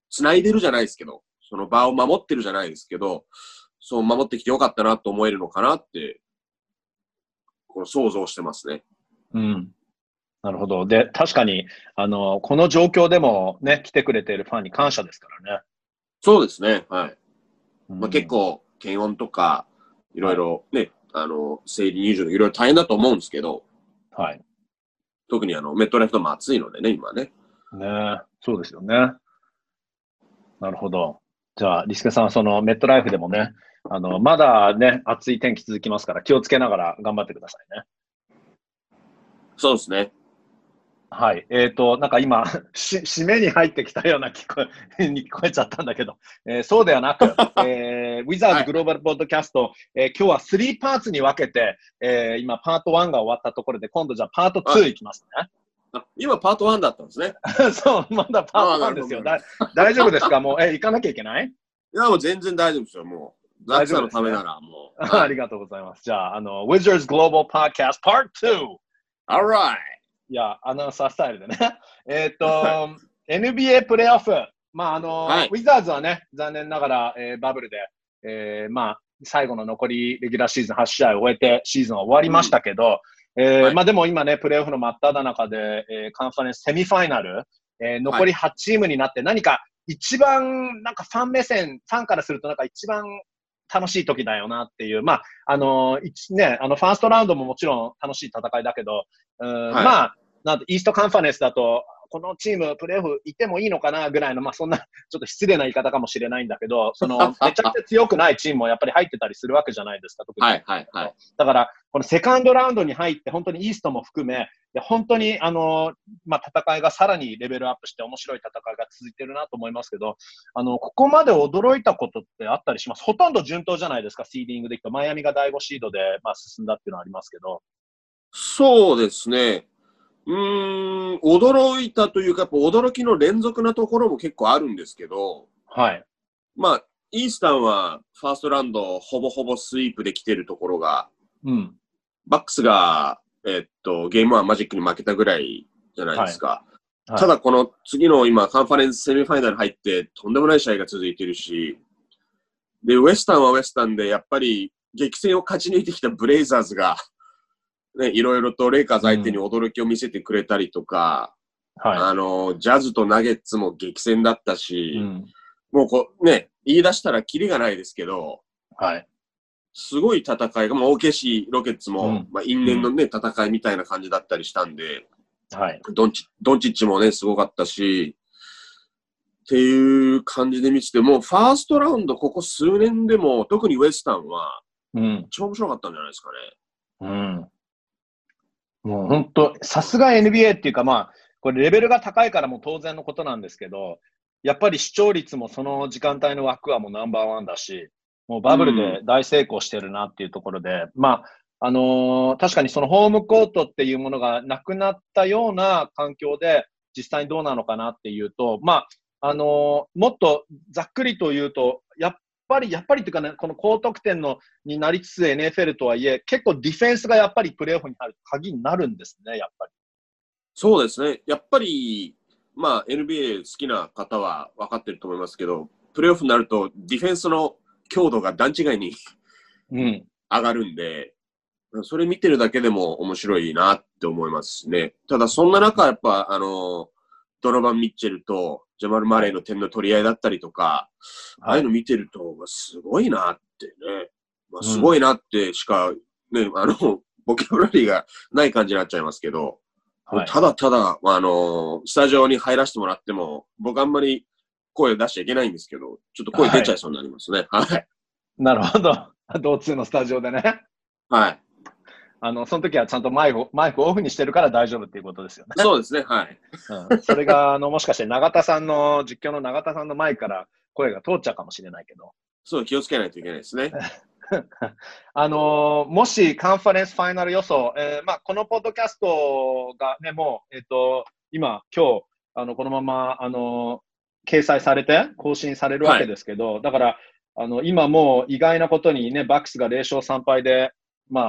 Speaker 2: 繋いでるじゃないですけど、その場を守ってるじゃないですけど、そう守ってきてよかったなと思えるのかなって、この想像してますね。
Speaker 3: うん。なるほど。で、確かに、あの、この状況でもね、来てくれているファンに感謝ですからね。
Speaker 2: そうですね。はい。
Speaker 3: うん、
Speaker 2: まあ、結構、検温とか、いろいろね、はい、あの、生理入場いろいろ大変だと思うんですけど、
Speaker 3: はい。
Speaker 2: 特にあの、メットライフトも暑いのでね、今ね。
Speaker 3: ね、そうですよね。なるほど。じゃあ、リスケさん、そのメットライフでもね、あの、まだね、暑い天気続きますから、気をつけながら頑張ってくださいね。
Speaker 2: そうですね。
Speaker 3: はい。えっ、ー、と、なんか今、し、締めに入ってきたような聞こえ、に聞こえちゃったんだけど、えー、そうではなく、えー、ウィザーズグローバルポッドキャスト、はい、えー、今日はスリーパーツに分けて、えー、今、パートワンが終わったところで、今度じゃあパートツーいきますね。
Speaker 2: あ、今パートワンだったんですね。
Speaker 3: そう、まだパートワンですよ。だ大丈夫ですか？もう、え、行かなきゃいけない？
Speaker 2: いや、もう全然大丈夫ですよ、もう。ザックさんのためなら、もう。
Speaker 3: はい、ありがとうございます。じゃあ、あの、Wizards Global Podcast Part ツー。
Speaker 2: Alright!
Speaker 3: いや、アナウンサースタイルでね。えっと、エヌビーエー プレーオフ。まあ、あの、はい、ウィザーズはね、残念ながら、えー、バブルで、えー、まあ、最後の残りレギュラーシーズンはち試合を終えて、シーズンは終わりましたけど、うん、えーはい、まあでも今ね、プレーオフの真っ只中で、えー、カンファレンスセミファイナル、えー、残りはちチームになって、何か一番、なんかファン目線、ファンからするとなんか一番楽しい時だよなっていう、まあ、あのー、ね、あの、ファーストラウンドももちろん楽しい戦いだけど、うん、はい、まあ、なんイーストカンファレンスだと、このチーム、プレーオフ行ってもいいのかなぐらいの、まあそんな、ちょっと失礼な言い方かもしれないんだけど、その、めちゃくちゃ強くないチームもやっぱり入ってたりするわけじゃないですか、特に。
Speaker 2: はいはいはい。
Speaker 3: だから、このセカンドラウンドに入って、本当にイーストも含め、いや本当に、あの、まあ戦いがさらにレベルアップして面白い戦いが続いてるなと思いますけど、あの、ここまで驚いたことってあったりします？ほとんど順当じゃないですか、シーディングでいくと。マイアミがだいごシードで、まあ進んだっていうのはありますけど。
Speaker 2: そうですね。うーん、驚いたというか、やっぱ驚きの連続なところも結構あるんですけど、
Speaker 3: はい。
Speaker 2: まあ、イースタンはファーストラウンドほぼほぼスイープで来てるところが、
Speaker 3: うん、
Speaker 2: バックスが、えっと、ゲームワンマジックに負けたぐらいじゃないですか。はいはい、ただこの次の今、カンファレンスセミファイナル入ってとんでもない試合が続いてるし、で、ウエスタンはウエスタンでやっぱり激戦を勝ち抜いてきたブレイザーズが、ね、いろいろとレイカーズ相手に驚きを見せてくれたりとか、うん、はい、あの、ジャズとナゲッツも激戦だったし、うん、もうこう、ね、言い出したらキリがないですけど、
Speaker 3: はい。
Speaker 2: すごい戦いが、まあ、オーケーシー、ロケッツも、うん、まあ、因縁のね、戦いみたいな感じだったりしたんで、
Speaker 3: はい。
Speaker 2: ドンチ、ドンチッチもね、すごかったし、っていう感じで見てて、もうファーストラウンドここ数年でも、特にウエスタンは、うん、超面白かったんじゃないですかね。
Speaker 3: うん。もう本当、さすが エヌビーエー っていうか、まあ、これレベルが高いからもう当然のことなんですけど、やっぱり視聴率もその時間帯の枠はもうナンバーワンだし、もうバブルで大成功してるなっていうところで、うん、まあ、あのー、確かにそのホームコートっていうものがなくなったような環境で、実際にどうなのかなっていうと、まあ、あのー、もっとざっくりと言うと、やっやっぱり、やっぱりっていうかね、この高得点のになりつつ エヌエフエル とはいえ、結構ディフェンスがやっぱりプレーオフに入る鍵になるんですね、やっぱり。
Speaker 2: そうですね。やっぱり、まあ エヌビーエー 好きな方は分かってると思いますけど、プレーオフになるとディフェンスの強度が段違いにうん、上がるんで、それ見てるだけでも面白いなって思いますね。ただそんな中、やっぱ、あの、ドノバン・ミッチェルとジャマル・マレーの点の取り合いだったりとか、はい、ああいうの見てると、すごいなってね。まあ、すごいなってしか、ね、うん、あの、ボキャブラリーがない感じになっちゃいますけど、はい、ただただ、あの、スタジオに入らせてもらっても、僕あんまり声出しちゃいけないんですけど、ちょっと声出ちゃいそうになりますね。はい。はい、
Speaker 3: なるほど。同通のスタジオでね。
Speaker 2: はい。
Speaker 3: あの、その時はちゃんとマイク、マイクオフにしてるから大丈夫っていうことですよね。
Speaker 2: そうですね、はい。
Speaker 3: うん、それが、あの、もしかして永田さんの、実況の永田さんのマイクから声が通っちゃうかもしれないけど。
Speaker 2: そう、気をつけないといけないですね。
Speaker 3: あのー、もしカンファレンスファイナル予想、えー、まあ、このポッドキャストがね、もう、えっと、今、今日、あの、このまま、あのー、掲載されて、更新されるわけですけど、はい、だから、あの、今もう意外なことにね、バックスがれい勝さん敗で、まあ、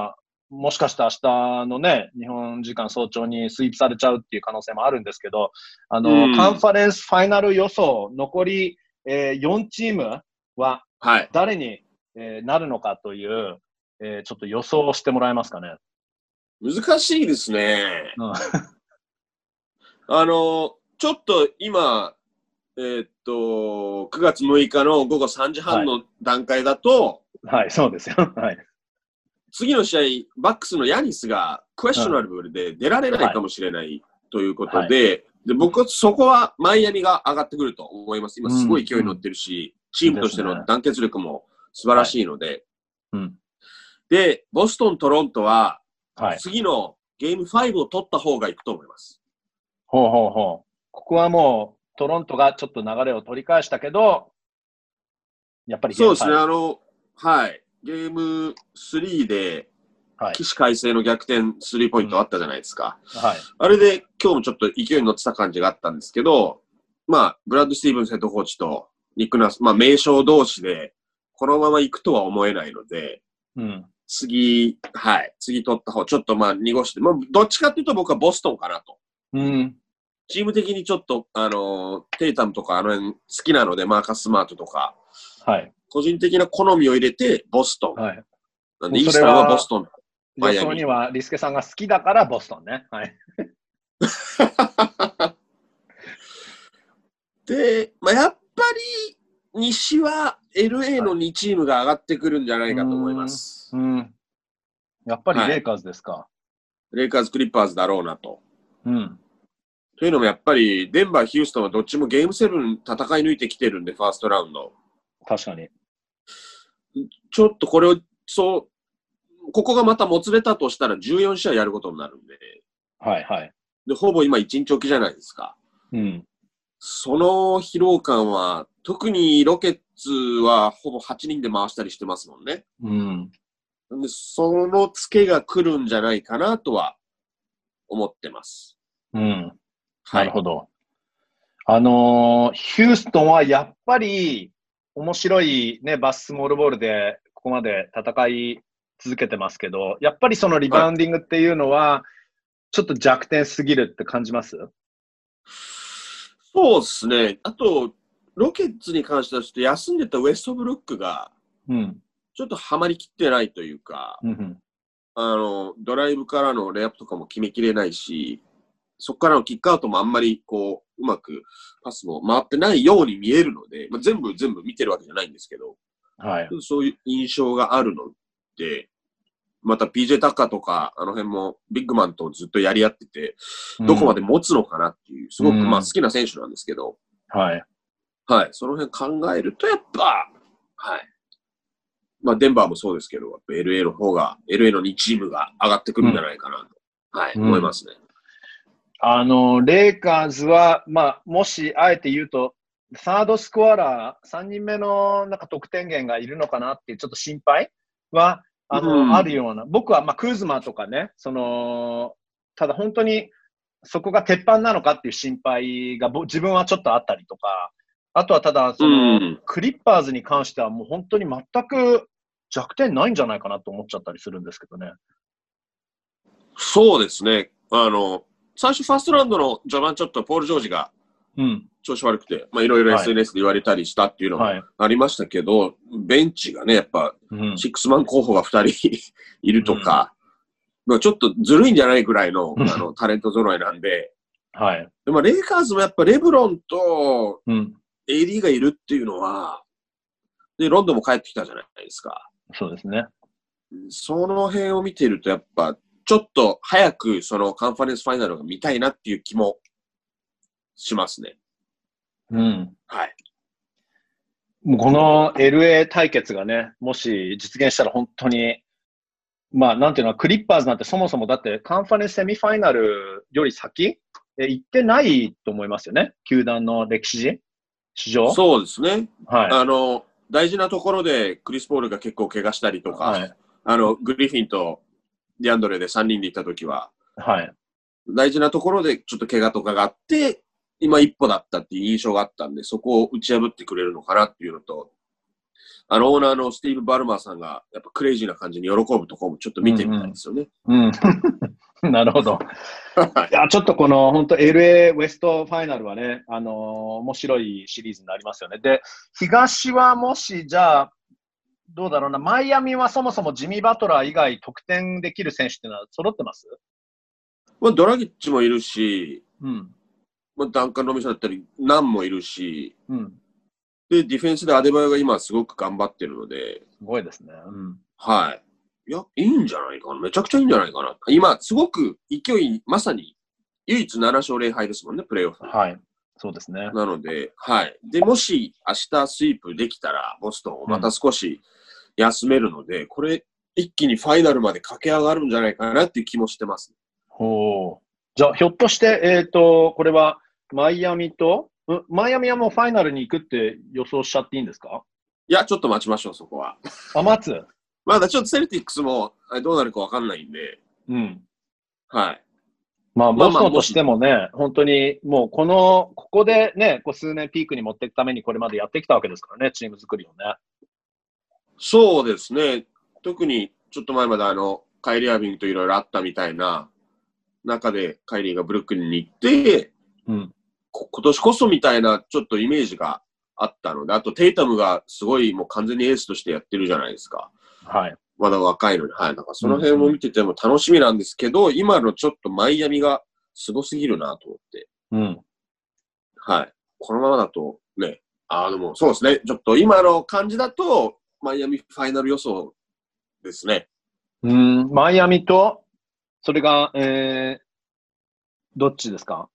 Speaker 3: もしかして明日のね、日本時間早朝にスイープされちゃうっていう可能性もあるんですけど、あの、
Speaker 2: うん、
Speaker 3: カンファレンスファイナル予想、残り、えー、よんチームは誰に、はいえー、なるのかという、えー、ちょっと予想をしてもらえますかね。
Speaker 2: 難しいですね。
Speaker 3: うん、
Speaker 2: あの、ちょっと今、えー、っと、くがつむいかのごごさんじはんの段階だと、
Speaker 3: はい、はい、そうですよ。はい。
Speaker 2: 次の試合、バックスのヤニスがクエスチョナブルで出られないかもしれないということで、はい、で僕はそこはマイアミが上がってくると思います。今すごい勢いに乗ってるし、うん、チームとしての団結力も素晴らしいので。はいうん、で、ボストン、トロントは、次のゲームごを取った方がいくと思います。
Speaker 3: ほうほうほう。ここはもうトロントがちょっと流れを取り返したけど、やっぱりゲームご。
Speaker 2: そうですね、あの、はい。ゲームさんで、起死回生の逆転スリーポイントあったじゃないですか。
Speaker 3: うんはい、
Speaker 2: あれで今日もちょっと勢いに乗ってた感じがあったんですけど、まあ、ブラッド・スティーブンスヘッドコーチとニック・ナース、まあ、名将同士で、このまま行くとは思えないので、
Speaker 3: うん、
Speaker 2: 次、はい、次取った方、ちょっとまあ、濁して、まあ、どっちかっていうと僕はボストンかなと。
Speaker 3: うん、
Speaker 2: チーム的にちょっと、あの、テイタムとかあの辺好きなので、マーカス・スマートとか、
Speaker 3: はい、
Speaker 2: 個人的な好みを入れて、ボストン。
Speaker 3: はい、
Speaker 2: なんで、イースタンはボストン。
Speaker 3: 予想にはリスケさんが好きだからボストンね。はい。
Speaker 2: で、まあ、やっぱり西は エルエー のにチームが上がってくるんじゃないかと思います。
Speaker 3: はい、うんうんやっぱりレイカーズですか、は
Speaker 2: い、レイカーズ、クリッパーズだろうなと。
Speaker 3: うん。
Speaker 2: というのもやっぱりデンバー、ヒューストンはどっちもゲームセブン戦い抜いてきてるんで、ファーストラウンド。
Speaker 3: 確かに。
Speaker 2: ちょっとこれを、そう、ここがまたもつれたとしたらじゅうよんしあいやることになるんで。
Speaker 3: はいはい。
Speaker 2: で、ほぼ今いちにちおきじゃないですか。
Speaker 3: うん。
Speaker 2: その疲労感は、特にロケッツはほぼはちにんで回したりしてますもんね。
Speaker 3: うん。
Speaker 2: でそのツケが来るんじゃないかなとは思ってます。
Speaker 3: うん。なるほど。はい、あのー、ヒューストンはやっぱり面白いね、バススモールボールでここまで戦い続けてますけど、やっぱりそのリバウンディングっていうのは、ちょっと弱点すぎるって感じます？
Speaker 2: そうですね。あと、ロケッツに関してはちょっと休んでたウェストブルックが、ちょっとはまりきってないというか、
Speaker 3: うん、
Speaker 2: あの、ドライブからのレイアップとかも決めきれないし、そこからのキックアウトもあんまりこう、うまくパスも回ってないように見えるので、まあ、全部全部見てるわけじゃないんですけど、
Speaker 3: はい、
Speaker 2: そういう印象があるので、また ピージェー タッカーとか、あの辺もビッグマンとずっとやり合ってて、どこまで持つのかなっていう、すごくまあ好きな選手なんですけど、
Speaker 3: うん、はい。
Speaker 2: はい。その辺考えると、やっぱ、はい。まあ、デンバーもそうですけど、エルエー の方が、エルエー のにチームが上がってくるんじゃないかなと、うん、はい、思いますね。
Speaker 3: あの、レイカーズは、まあ、もし、あえて言うと、サードスコアラー、さんにんめのなんか得点源がいるのかなっていう、ちょっと心配は、あの、うん、あるような。僕は、まあ、クーズマとかね、その、ただ本当に、そこが鉄板なのかっていう心配が、自分はちょっとあったりとか、あとはただ、その、うん、クリッパーズに関してはもう本当に全く弱点ないんじゃないかなと思っちゃったりするんですけどね。
Speaker 2: そうですね。あの、最初ファーストラウンドの序盤ちょっとポール・ジョージが調子悪くて、まあいろいろ エスエヌエス で言われたりしたっていうのもありましたけど、はい、ベンチがね、やっぱ、シックスマン候補がふたりいるとか、うん、まあちょっとずるいんじゃないぐらいのあのタレント揃いなんで、
Speaker 3: はい。
Speaker 2: でもレイカーズもやっぱレブロンと、
Speaker 3: うん
Speaker 2: エーディー がいるっていうのは、で、ロンドンも帰ってきたじゃないですか。
Speaker 3: そうですね。
Speaker 2: その辺を見てると、やっぱ、ちょっと早くそのカンファレンスファイナルが見たいなっていう気もしますね。
Speaker 3: うん。
Speaker 2: はい。
Speaker 3: もうこの エルエー 対決がね、もし実現したら本当に、まあ、なんていうの、クリッパーズなんてそもそもだってカンファレンスセミファイナルより先え行ってないと思いますよね。球団の歴史史上
Speaker 2: そうですね。
Speaker 3: はい。
Speaker 2: あの、大事なところでクリス・ポールが結構怪我したりとか、はい、あの、グリフィンとディアンドレでさんにんで行ったときは、
Speaker 3: はい。
Speaker 2: 大事なところでちょっと怪我とかがあって、今一歩だったっていう印象があったんで、そこを打ち破ってくれるのかなっていうのと、 あのオーナーのスティーブ・バルマーさんがやっぱクレイジーな感じに喜ぶところもちょっと見てみたいですよね。
Speaker 3: うん、うん、なるほど。いや、ちょっとこの本当 エルエー ウエストファイナルはね、あのー、面白いシリーズになりますよね。で、東はもしじゃあ、どうだろうな、マイアミはそもそもジミー・バトラー以外得点できる選手ってのは揃ってます？
Speaker 2: まあ、ドラギッチもいるし、
Speaker 3: うん、
Speaker 2: まあ、ダンカン・ロビンソンだったり、ナンもいるし、
Speaker 3: うん、
Speaker 2: で、ディフェンスでアデバヨが今すごく頑張ってるので、
Speaker 3: すごいですね。うん、
Speaker 2: はい。いや、いいんじゃないかな。めちゃくちゃいいんじゃないかな。今、すごく勢い、まさに唯一なな勝ぜろ敗ですもんね、プレーオフ。
Speaker 3: はい。そうですね。
Speaker 2: なので、はい。で、もし明日スイープできたら、ボストンをまた少し休めるので、うん、これ、一気にファイナルまで駆け上がるんじゃないかなっていう気もしてます。
Speaker 3: ほう。じゃあ、ひょっとして、えっと、これは、マイアミと、んマイアミはもうファイナルに行くって予想しちゃっていいんですか？
Speaker 2: いや、ちょっと待ちましょう、そこは。
Speaker 3: あ、待つ
Speaker 2: まだちょっとセルティックスもどうなるかわかんないんで。
Speaker 3: うん。
Speaker 2: はい。
Speaker 3: まあ、ボストンとしてもね、まあまあ、本当にもうこの、ここでね、こう数年ピークに持っていくためにこれまでやってきたわけですからね、チーム作りをね。
Speaker 2: そうですね。特にちょっと前まであの、カイリー・アービングといろいろあったみたいな中で、カイリーがブルックリンに行って、うん、今年こそみたいなちょっとイメージがあったので、あとテイタムがすごいもう完全にエースとしてやってるじゃないですか。はい。まだ若いのに。はい。なんかその辺も見てても楽しみなんですけど、うんうん、今のちょっとマイアミがすごすぎるなと思って。うん。はい。このままだとね、ああ、でもそうですね。ちょっと今の感じだと、マイアミファイナル予想ですね。
Speaker 3: うん、マイアミと、それが、えー、どっちですか？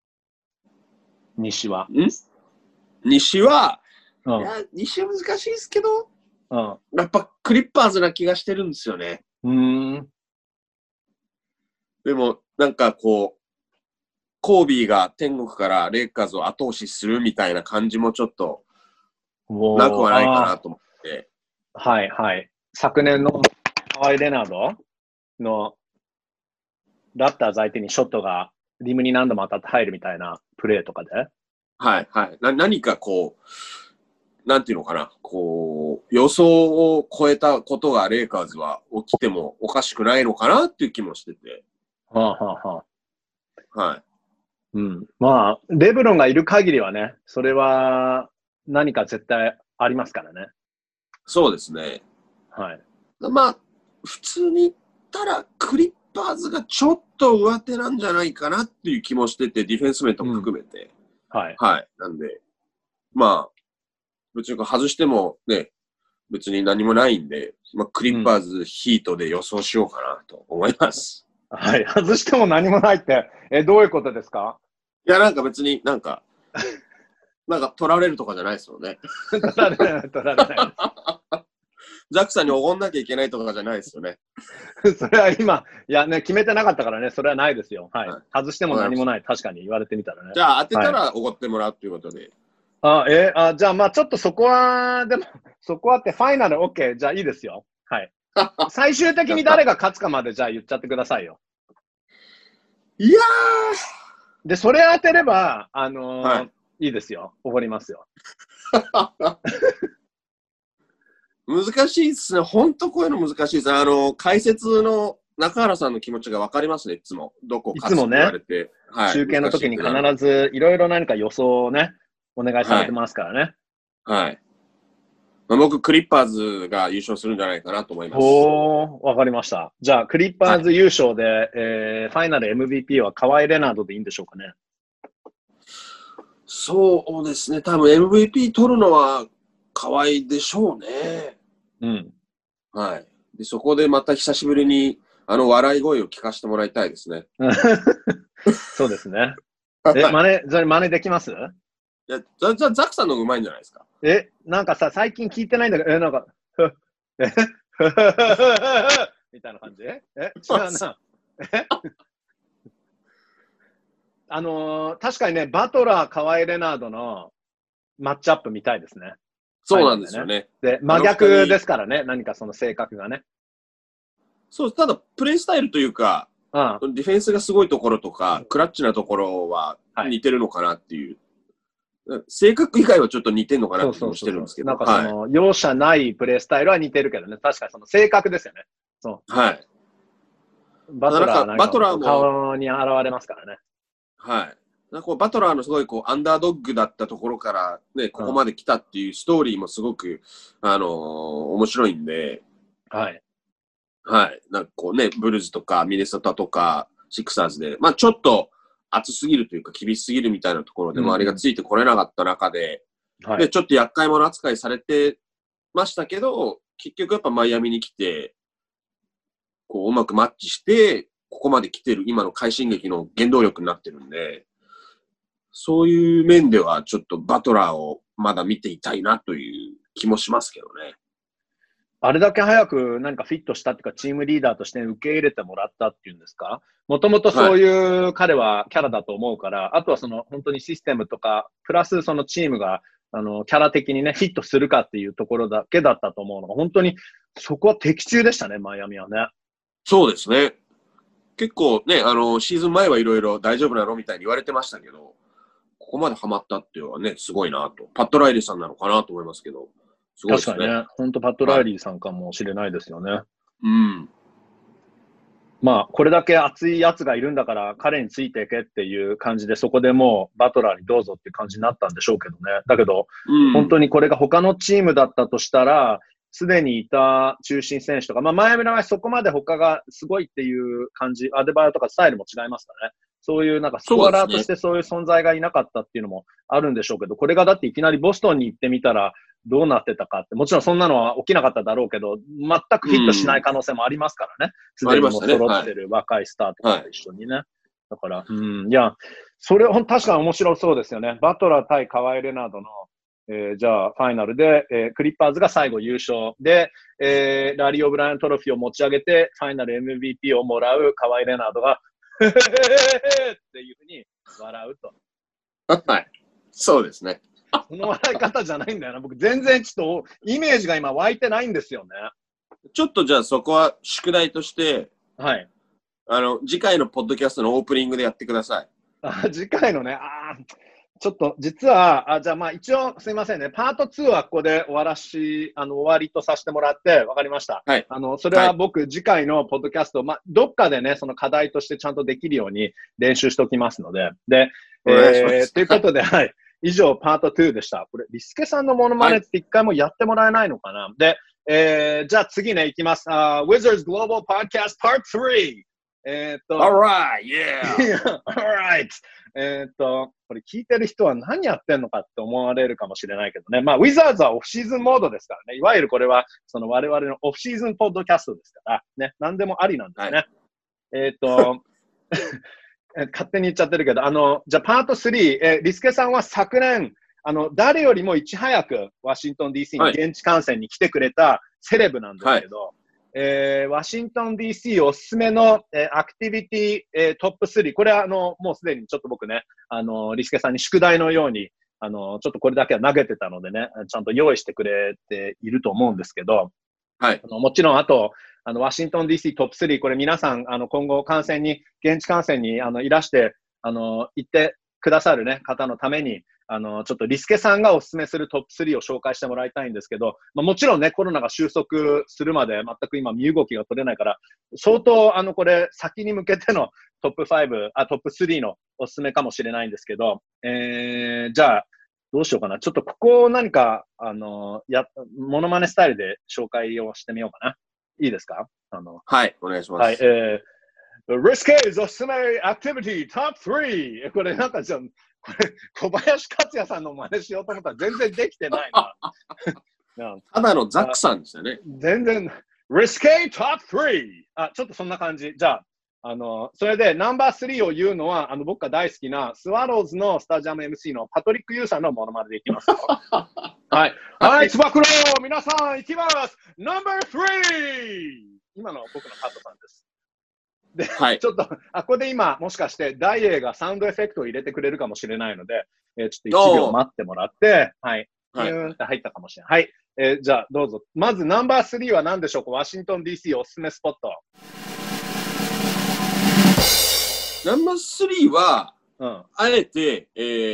Speaker 3: 西は。
Speaker 2: ん西は、うん、いや、西は難しいですけど、うん、やっぱクリッパーズな気がしてるんですよね。うーん。でも、なんかこう、コービーが天国からレイカーズを後押しするみたいな感じもちょっと、なくはないかなと思って。
Speaker 3: はいはい。昨年のカワイ・レナードのラプターズ相手にショットがリムに何度も当たって入るみたいなプレーとかで。
Speaker 2: はいはい。な何かこう、なんていうのかな、こう、予想を超えたことがレイカーズは起きてもおかしくないのかなっていう気もしてて。はあはあは
Speaker 3: あ。はい。うん。まあ、レブロンがいる限りはね、それは何か絶対ありますからね。
Speaker 2: そうですね。はい。まあ、普通に言ったら、クリッパーズがちょっと上手なんじゃないかなっていう気もしてて、ディフェンス面とも含めて。うん、はい。はい。なんで、まあ、別に外してもね、別に何もないんで、まあ、クリッパーズ、ヒートで予想しようかなと思います。
Speaker 3: うん、はい。外しても何もないって、え、どういうことですか？
Speaker 2: いや、なんか別になんか、なんか取られるとかじゃないですよね。取られない、取られない。ザックさんにおごんなきゃいけないとかじゃないですよね。
Speaker 3: それは今、いやね、決めてなかったからね、それはないですよ。はい。はい、外しても何もない。確かに言われてみたらね。
Speaker 2: じゃあ当てたらおごってもらうということで。
Speaker 3: はい、あ、えー、あ、じゃあまあちょっとそこは、でも、そこはってファイナル OK。じゃあいいですよ。はい。最終的に誰が勝つかまでじゃあ言っちゃってくださいよ。
Speaker 2: いや
Speaker 3: ー。で、それ当てれば、あのーはい、いいですよ。おごりますよ。
Speaker 2: 難しいっすね。ほんとこういうの難しいです。あの、解説の中原さんの気持ちが分かりますね、いつも。どこ勝つって言われて。ね、
Speaker 3: はい。中継の時に必ずいろいろ何か予想をね、お願いされてますからね。
Speaker 2: はい。はい、まあ、僕、クリッパーズが優勝するんじゃないかなと思います。
Speaker 3: おー、わかりました。じゃあ、クリッパーズ優勝で、はい、えー、ファイナル エムブイピー はカワイ・レナードでいいんでしょうかね。
Speaker 2: そうですね。多分 エムブイピー 取るのは可愛いでしょうね。うん。はい。で、そこでまた久しぶりにあの笑い声を聞かせてもらいたいですね。
Speaker 3: そうですね。え、真似、それ真似できます？い
Speaker 2: や、ザザザクさんの方がうまいんじゃないですか。
Speaker 3: え、なんかさ、最近聞いてないんだけど、え、なんか、えみたいな感じ？え、違うな。えあのー、確かにね、バトラー、カワイ・レナードのマッチアップ見たいですね。
Speaker 2: そうなんですよね。
Speaker 3: で、真逆ですからね、何かその性格がね。
Speaker 2: そう、ただ、プレイスタイルというか、うん、ディフェンスがすごいところとか、クラッチなところは似てるのかなっていう性格以外はちょっと似てるのかなって気もしてるんですけど。
Speaker 3: なんかその、はい、容赦ないプレースタイルは似てるけどね。確かにその性格ですよね。そう。
Speaker 2: はい。
Speaker 3: バトラーなんかバトラーも顔に現れますからね。
Speaker 2: はい。なんかこうバトラーのすごいこうアンダードッグだったところからね、ここまで来たっていうストーリーもすごく、うん、あのー、面白いんで。
Speaker 3: はい。
Speaker 2: はい。なんかこうね、ブルーズとかミネソタとかシクサーズで、まあちょっと熱すぎるというか厳しすぎるみたいなところで周りがついてこれなかった中で、うんはい、で、ちょっと厄介者扱いされてましたけど、結局やっぱマイアミに来て、こううまくマッチして、ここまで来てる今の快進撃の原動力になってるんで、そういう面ではちょっとバトラーをまだ見ていたいなという気もしますけどね。
Speaker 3: あれだけ早く何かフィットしたっていうか、チームリーダーとして受け入れてもらったっていうんですか、もともとそういう彼はキャラだと思うから、はい、あとはその本当にシステムとか、プラスそのチームがあのキャラ的にね、フィットするかっていうところだけだったと思うのが、本当にそこは的中でしたね、マイアミはね。
Speaker 2: そうですね。結構ね、あの、シーズン前はいろいろ大丈夫なのみたいに言われてましたけど、ここまでハマったっていうのはね、すごいなと。パット・ライリーさんなのかなと思いますけど。すごいですね。
Speaker 3: 確かにね。本当パット・ライリーさんかもしれないですよね。はい、
Speaker 2: うん。
Speaker 3: まあ、これだけ熱いやつがいるんだから、彼についていけっていう感じで、そこでもうバトラーにどうぞっていう感じになったんでしょうけどね。だけど、うん、本当にこれが他のチームだったとしたら、すでにいた中心選手とか、まあ、前の場合そこまで他がすごいっていう感じ、アデバイオとかスタイルも違いますからね。そういうなんかスコアラーとしてそういう存在がいなかったっていうのもあるんでしょうけど、これがだっていきなりボストンに行ってみたらどうなってたかって、もちろんそんなのは起きなかっただろうけど、全くフィットしない可能性もありますからね。すでにもう揃ってる若いスターとかと一緒にね。はい、だから、うん、いや、それ確かに面白そうですよね。バトラー対カワイ・レナードのえー、じゃあ、ファイナルで、えー、クリッパーズが最後優勝で、えー、ラリー・オブライアントロフィーを持ち上げて、ファイナル エムブイピー をもらうカワイ・レナードが、へへへへっていうふうに笑うと。
Speaker 2: はい。そうですね。
Speaker 3: その笑い方じゃないんだよな。僕、全然ちょっとイメージが今湧いてないんですよね。
Speaker 2: ちょっとじゃあそこは宿題として、
Speaker 3: はい。
Speaker 2: あの、次回のポッドキャストのオープニングでやってください。
Speaker 3: あ、次回のね、ああ。ちょっと、実は、あ、じゃあまあ一応すいませんね。パートツーはここで終わらし、あの、終わりとさせてもらって、わかりました。
Speaker 2: はい。
Speaker 3: あの、それは僕、次回のポッドキャスト、まあ、どっかでね、その課題としてちゃんとできるように練習しておきますので。で、えー、ということで、はい。以上、パートツーでした。これ、リスケさんのモノマネって一回もやってもらえないのかな、はい、で、えー、じゃあ次ね、いきます。Uh, Wizards Global Podcast Part スリー。えー、っと。
Speaker 2: Alright, yeah!
Speaker 3: Alright! えっと、これ聞いてる人は何やってんのかって思われるかもしれないけどね。まあ、ウィザーズはオフシーズンモードですからね。いわゆるこれは、その我々のオフシーズンポッドキャストですから、ね。何でもありなんですね。はい、えっと、勝手に言っちゃってるけど、あの、じゃあパートスリー、えー、リスケさんは昨年、あの、誰よりもいち早くワシントン ディーシー に現地観戦に来てくれたセレブなんですけど、はい、えー、ワシントン ディーシー おすすめの、えー、アクティビティ、えー、トップスリー。これはあの、もうすでにちょっと僕ね、あの、リスケさんに宿題のように、あの、ちょっとこれだけは投げてたのでね、ちゃんと用意してくれていると思うんですけど、
Speaker 2: はい。
Speaker 3: あのもちろん、あと、あの、ワシントン ディーシー トップスリー、これ皆さん、あの、今後観戦に、現地観戦に、あの、いらして、あの、行ってくださるね、方のために、あの、ちょっとリスケさんがおすすめするトップスリーを紹介してもらいたいんですけど、まあ、もちろんね、コロナが収束するまで全く今身動きが取れないから、相当あの、これ先に向けてのトップファイブ、あ、トップスリーのおすすめかもしれないんですけど、えー、じゃあ、どうしようかな。ちょっとここを何か、あの、や、モノマネスタイルで紹介をしてみようかな。いいですか？あの、
Speaker 2: はい、お願いします。
Speaker 3: はい、えー、リスケーズおすすめアクティビティトップスリー。これなんかじゃこれ、小林克也さんの真似しようと思ったら全然できてないな。
Speaker 2: ただのザックさんでしたね。
Speaker 3: 全然、リスケートップスリー。あ、ちょっとそんな感じ。じゃあ、あの、それでナンバースリーを言うのは、あの、僕が大好きなスワローズのスタジアム エムシー のパトリック・ユーさんのモノマネでいきますよ。はい。はい、つば九郎、皆さん、いきます。ナンバースリー。今のは僕のカットさんです。で、はい、ちょっと、あ、ここで今、もしかして、ダイエーがサウンドエフェクトを入れてくれるかもしれないので、えー、ちょっといちびょう待ってもらって、はい。ピューンって入ったかもしれない。はい。はい、えー、じゃあ、どうぞ。まず、ナンバースリーは何でしょうか？ワシントン ディーシー おすすめスポット。
Speaker 2: ナンバースリーは、
Speaker 3: うん、
Speaker 2: あえて、えー、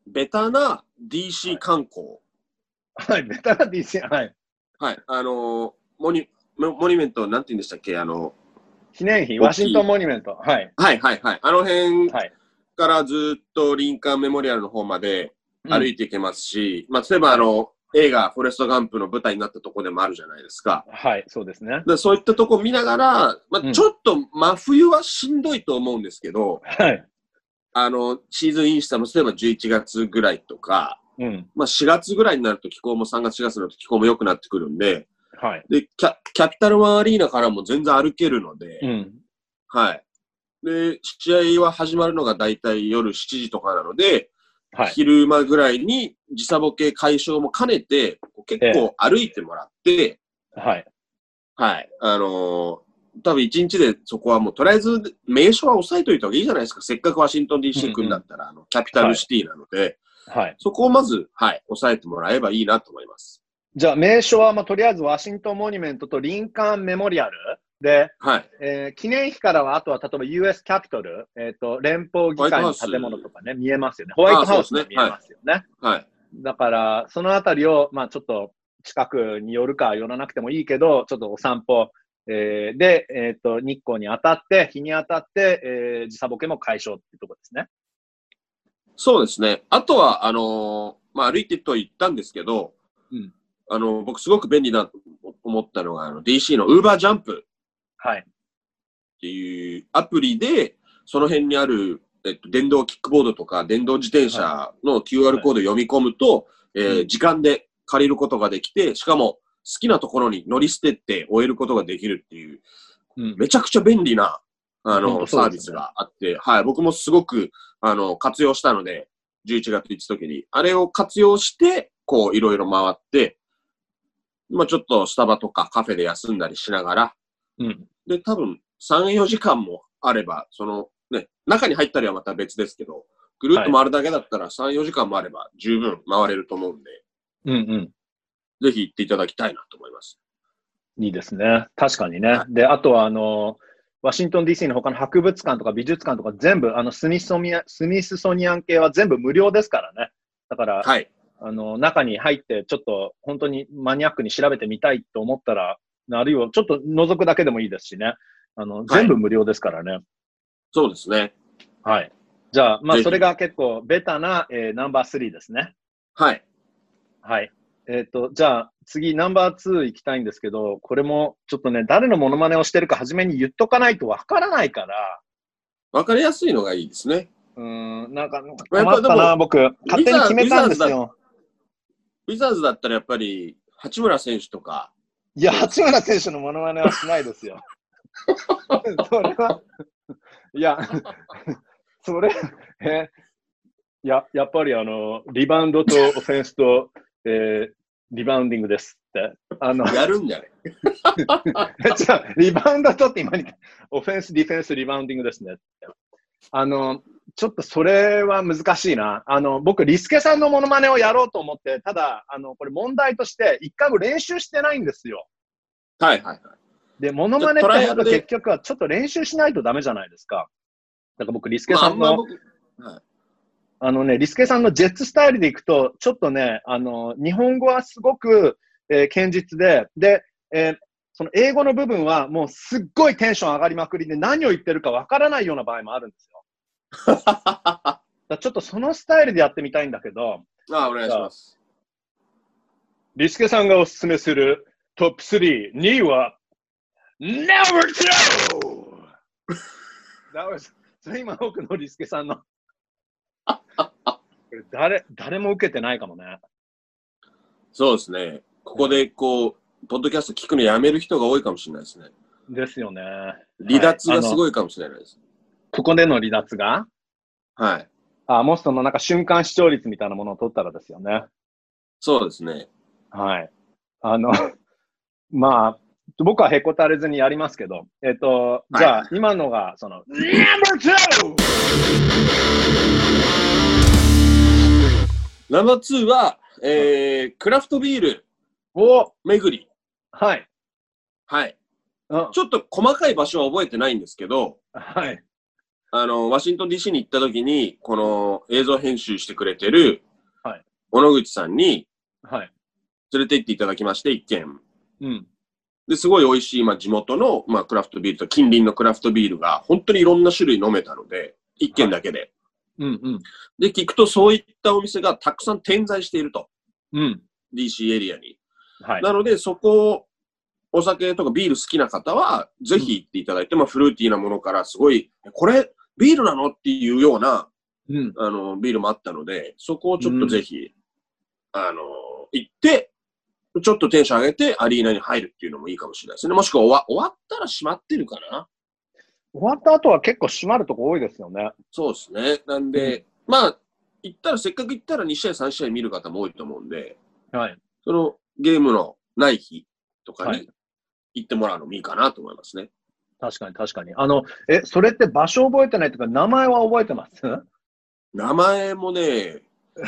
Speaker 2: ベタな ディーシー 観光。
Speaker 3: はい、ベタな ディーシー、はい。
Speaker 2: はい。あのー、モニ、モニュメント、なんて言うんでしたっけ、あの、
Speaker 3: 記念碑、ワシントンモニュメント。はい。
Speaker 2: はいはいはい。あの辺
Speaker 3: はい、
Speaker 2: からずっとリンカーンメモリアルの方まで歩いていけますし、うん、まあ、例えばあの、はい、映画、フォレストガンプの舞台になったところでもあるじゃないですか。
Speaker 3: はい、そうですね。
Speaker 2: でそういったところを見ながら、まあ、ちょっと真冬はしんどいと思うんですけど、
Speaker 3: はい。
Speaker 2: あの、シーズンインしたの、例えばじゅういちがつぐらいとか、
Speaker 3: うん、
Speaker 2: まあしがつぐらいになると気候もさんがつ、しがつになると気候も良くなってくるんで、
Speaker 3: はい。
Speaker 2: で、キャ、キャピタルワンアリーナからも全然歩けるので、
Speaker 3: うん、
Speaker 2: はい。で、試合は始まるのがだいたい夜しちじとかなので、はい、昼間ぐらいに時差ボケ解消も兼ねて、結構歩いてもらって、
Speaker 3: えー、はい。
Speaker 2: はい。あのー、多分一日でそこはもうとりあえず名所は押さえといた方がいいじゃないですか。せっかくワシントン ディーシー 行くんだったら、うんうん、あの、キャピタルシティなので、
Speaker 3: はい。
Speaker 2: そこをまず、はい、押さえてもらえばいいなと思います。
Speaker 3: じゃあ、名所は、まあ、とりあえずワシントンモニュメントとリンカーンメモリアルで、はいえー、記念碑からは、あとは例えば ユーエス キャピトル、えーと、連邦議会の建物とかね、見えますよね。ホワイトハウスも見えますよね。
Speaker 2: はいはい、
Speaker 3: だから、そのあたりを、まあ、ちょっと近くに寄るか寄らなくてもいいけど、ちょっとお散歩、えー、で、えーと、日光に当たって、日に当たって、えー、時差ボケも解消っていうところですね。
Speaker 2: そうですね。あとは、あのー、まあ、歩いてと言ったんですけど、
Speaker 3: うん、
Speaker 2: あの、僕すごく便利だと思ったのが、あの、ディーシー の Uber Jump。
Speaker 3: はい。
Speaker 2: っていうアプリで、その辺にある、えっと、電動キックボードとか電動自転車の キューアール コードを読み込むと、はいえー、時間で借りることができて、しかも好きなところに乗り捨てって終えることができるっていう、うん、めちゃくちゃ便利な、あの、ね、サービスがあって、はい、僕もすごく、あの、活用したので、じゅういちがつ行った時に、あれを活用して、こう、いろいろ回って、まあちょっとスタバとかカフェで休んだりしながら、
Speaker 3: うん、
Speaker 2: で、多分さん、よじかんもあれば、そのね、中に入ったりはまた別ですけど、ぐるっと回るだけだったらさん、よじかんもあれば十分回れると思うんで、
Speaker 3: うんうん。
Speaker 2: ぜひ行っていただきたいなと思います。
Speaker 3: いいですね。確かにね。はい、で、あとはあの、ワシントン ディーシー の他の博物館とか美術館とか全部、あのスミソニア、スミスソニアン系は全部無料ですからね。だから、
Speaker 2: はい、
Speaker 3: あの、中に入ってちょっと本当にマニアックに調べてみたいと思ったら、あるいはちょっと覗くだけでもいいですしね。あの、全部無料ですからね。はい、
Speaker 2: そうですね。
Speaker 3: はい。じゃあ、まあ、それが結構ベタな、えー、ナンバースリーですね。
Speaker 2: はい。
Speaker 3: はい。えっと、じゃあ、次、ナンバーツー行きたいんですけど、これもちょっとね、誰のモノマネをしてるか初めに言っとかないとわからないから。
Speaker 2: わかりやすいのがいいですね。
Speaker 3: うーん、なんか、困ったな、僕。勝手に決めたんですよ。
Speaker 2: ウィザーズだったらやっぱり、八村選手とか。
Speaker 3: いや、八村選手のモノマネはしないですよ。それは、いや、それ、え、や、やっぱりあの、リバウンドとオフェンスと、えー、リバウンディングですって。あの、
Speaker 2: やるんじゃない
Speaker 3: じゃあ、リバウンドとって今に、オフェンス、ディフェンス、リバウンディングですねって。あの、ちょっとそれは難しいな。あの、僕、リスケさんのモノマネをやろうと思って、ただ、あの、これ問題として、一回も練習してないんですよ。
Speaker 2: はいはいはい。
Speaker 3: で、モノマネって本当結局はちょっと練習しないとダメじゃないですか。だから僕、リスケさんの、まあはい、あのね、リスケさんのジェッツスタイルでいくと、ちょっとね、あの、日本語はすごく、えー、堅実で、で、えー、その英語の部分はもうすっごいテンション上がりまくりで何を言ってるかわからないような場合もあるんですよ。だちょっとそのスタイルでやってみたいんだけど。
Speaker 2: ああ、お願いします。
Speaker 3: リスケさんがおすすめするトップスリー、にいは、Never True! それ今僕のリスケさんの誰、誰も受けてないかもね。
Speaker 2: そうですね。ここでこう、ポッドキャスト聞くのやめる人が多いかもしれないですね。
Speaker 3: ですよね。
Speaker 2: 離脱がすごいかもしれないです。はい、
Speaker 3: ここでの離脱が
Speaker 2: はい。
Speaker 3: あ、もしそのなんか瞬間視聴率みたいなものを取ったらですよね。
Speaker 2: そうですね。
Speaker 3: はい。あの、まあ、僕はへこたれずにやりますけど、えっと、じゃあ、はい、今のが、その、ナンバーツー!
Speaker 2: ナンバーツーは、えー、クラフトビール。
Speaker 3: お
Speaker 2: 巡り。
Speaker 3: はい。
Speaker 2: はい。ちょっと細かい場所は覚えてないんですけど、
Speaker 3: はい。
Speaker 2: あの、ワシントン ディーシー に行った時に、この映像編集してくれてる、
Speaker 3: はい。
Speaker 2: 小野口さんに、
Speaker 3: はい。
Speaker 2: 連れて行っていただきまして、一軒。
Speaker 3: うん。
Speaker 2: で、すごい美味しい、まあ、地元の、まあ、クラフトビールと近隣のクラフトビールが、本当にいろんな種類飲めたので、一軒だけで。はい、
Speaker 3: うんうん。
Speaker 2: で、聞くとそういったお店がたくさん点在していると。
Speaker 3: うん。
Speaker 2: ディーシー エリアに。
Speaker 3: はい。
Speaker 2: なので、そこを、お酒とかビール好きな方は、ぜひ行っていただいて、うん、まあ、フルーティーなものから、すごい、これ、ビールなのっていうような、うん、あの、ビールもあったので、そこをちょっとぜひ、うん、あの、行って、ちょっとテンション上げてアリーナに入るっていうのもいいかもしれないですね。もしくは終わ、終わったら閉まってるかな。
Speaker 3: 終わった後は結構閉まるとこ多いですよね。
Speaker 2: そうですね。なんで、うん、まあ、行ったら、せっかく行ったらに試合さん試合見る方も多いと思うんで、
Speaker 3: はい。
Speaker 2: そのゲームのない日とかに行ってもらうのもいいかなと思いますね。
Speaker 3: はい、確かに確かに。あの、え、それって場所覚えてないとか、名前は覚えてます？
Speaker 2: 名前もね、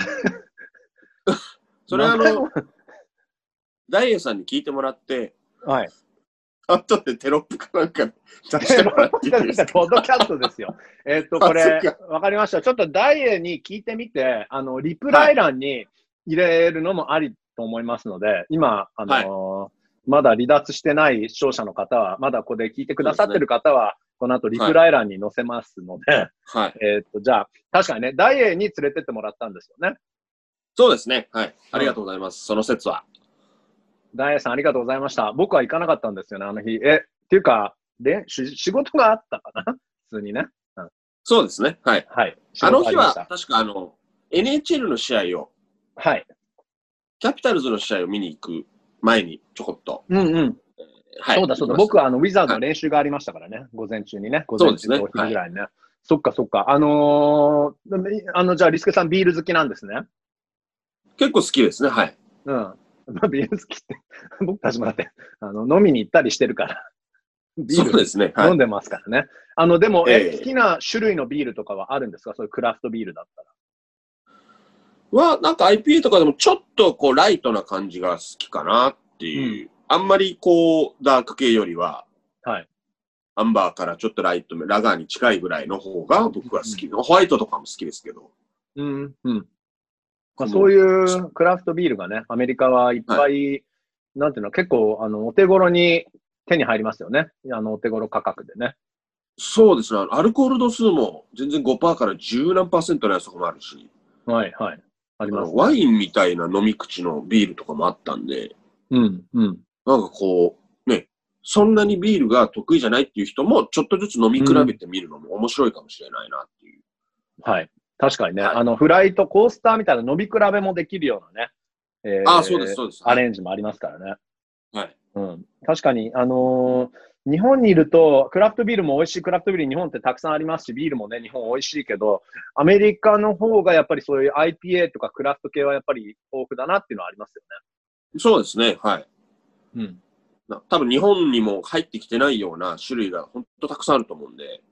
Speaker 2: それはあの、ダイエーさんに聞いてもらって、
Speaker 3: はい。
Speaker 2: 後でテロップかなんか出してもらっていいですか？
Speaker 3: ポッドキャストですよ。えっと、これ、わかりました。ちょっとダイエーに聞いてみて、あの、リプライ欄に入れるのもありと思いますので、はい、今、あのーはい、まだ離脱してない視聴者の方は、まだここで聞いてくださってる方は、ね、この後リプライ欄に載せますので、
Speaker 2: はい、
Speaker 3: えっと、じゃあ、確かにね、ダイエーに連れてってもらったんですよね。
Speaker 2: そうですね。はい。ありがとうございます。うん、その説は。
Speaker 3: ダイエーさん、ありがとうございました。僕は行かなかったんですよね、あの日。え、っていうか、で、仕事があったかな普通にね、うん。
Speaker 2: そうですね。はい。
Speaker 3: はい。
Speaker 2: あの日は、確かあの、エヌエイチエル の試合を、
Speaker 3: はい。
Speaker 2: キャピタルズの試合を見に行く前にちょこっと。
Speaker 3: うんうん。はい。そうだそうだ。僕はあの、ウィザーズの練習がありましたからね。はい、午前中にね。午前中とお昼ぐらいにね。はい、そっかそっか。あのー、あの、じゃあ、リスケさんビール好きなんですね。
Speaker 2: 結構好きですね。はい。
Speaker 3: うん。まあ、ビール好きって、僕たちもだって、あの、飲みに行ったりしてるから。
Speaker 2: ビールですね。
Speaker 3: 飲んでますからね。はい、あの、でも、え、えー、好きな種類のビールとかはあるんですか？そういうクラフトビールだったら。
Speaker 2: は、なんか アイピーエー とかでもちょっとこうライトな感じが好きかなっていう。うん、あんまりこう、ダーク系よりは、
Speaker 3: はい。
Speaker 2: アンバーからちょっとライトめ、ラガーに近いぐらいの方が僕は好き。うん、ホワイトとかも好きですけど。
Speaker 3: うん、うん。まあ、そういうクラフトビールがね、アメリカはいっぱい、はい、なんていうの、結構、あの、お手頃に手に入りますよね。あの、お手頃価格でね。
Speaker 2: そうですね。アルコール度数も全然 ごパーセント からじゅうなんパーセントのやつとかもあるし。
Speaker 3: はい、はい。あります、ね。
Speaker 2: ワインみたいな飲み口のビールとかもあったんで。
Speaker 3: うん、うん。
Speaker 2: なんかこう、ね、そんなにビールが得意じゃないっていう人も、ちょっとずつ飲み比べてみるのも面白いかもしれないなっていう。
Speaker 3: うん、はい。確かにね、はい、あの、フライト、コースターみたいな飲み比べもできるようなね。
Speaker 2: えー、あ、そうです、そうです。
Speaker 3: アレンジもありますからね。
Speaker 2: はい。
Speaker 3: うん。確かに、あのー、日本にいると、クラフトビールも美味しいクラフトビール日本ってたくさんありますし、ビールもね、日本美味しいけど、アメリカの方がやっぱりそういう アイピーエー とかクラフト系はやっぱり豊富だなっていうのはありますよ
Speaker 2: ね。そうですね、はい。
Speaker 3: うん。
Speaker 2: 多分日本にも入ってきてないような種類が本当たくさんあると思うんで、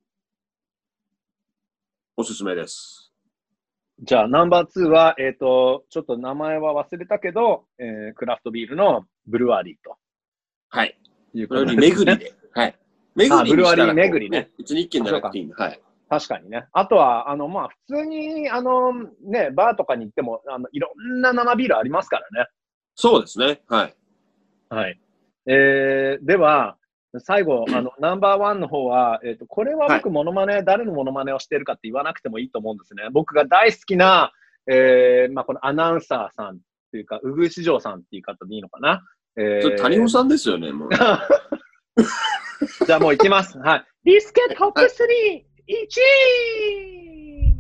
Speaker 2: おすすめです。
Speaker 3: じゃあ、ナンバーツーは、えっと、ちょっと名前は忘れたけど、えー、クラフトビールのブルワリーと。
Speaker 2: はい。
Speaker 3: いう
Speaker 2: ことですね。巡りで。はい。巡り
Speaker 3: ブルワリー巡りね。
Speaker 2: 別に一軒じゃなくていいんで。はい。
Speaker 3: 確かにね。あとは、あの、まあ、普通に、あの、ね、バーとかに行っても、あの、いろんな生ビールありますからね。
Speaker 2: そうですね。はい。
Speaker 3: はい。えー、では、最後、あの、ナンバーワンの方は、えっと、これは僕、モノマネ、はい、誰のモノマネをしているかって言わなくてもいいと思うんですね。僕が大好きな、えー、まあ、このアナウンサーさんっていうか、うぐいしじょうさんっていう方でいいのかな。
Speaker 2: えー、それ谷尾さんですよね、もう。
Speaker 3: じゃあもう行きます。はい。ビスケットトップスリー、いちい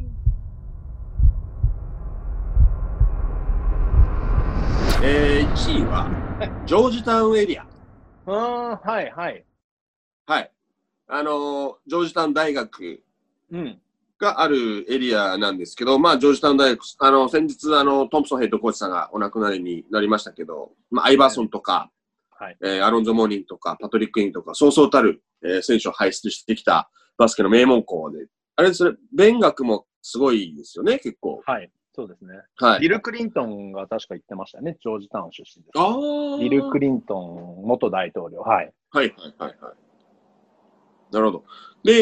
Speaker 2: えー、いちいは、ジョージタウンエリア。
Speaker 3: うん、はい、はい。
Speaker 2: はい。あのー、ジョージタウン大学
Speaker 3: うん
Speaker 2: があるエリアなんですけど、まあ、ジョージタウン大学、あの、先日、あの、トンプソンヘッドコーチさんがお亡くなりになりましたけど、まあ、アイバーソンとか、
Speaker 3: はい、
Speaker 2: えー、アロンゾ・モーニンとか、パトリック・インとか、そうそうたる、えー、選手を輩出してきたバスケの名門校で、あれですね、勉学もすごいですよね、結構。
Speaker 3: はい。そうですね。
Speaker 2: はい。
Speaker 3: ビル・クリントンが確か言ってましたね。ジョージタウン出身です。
Speaker 2: ああ。
Speaker 3: ビル・クリントン元大統領。はい。
Speaker 2: はいはいはいはい。なるほど。で、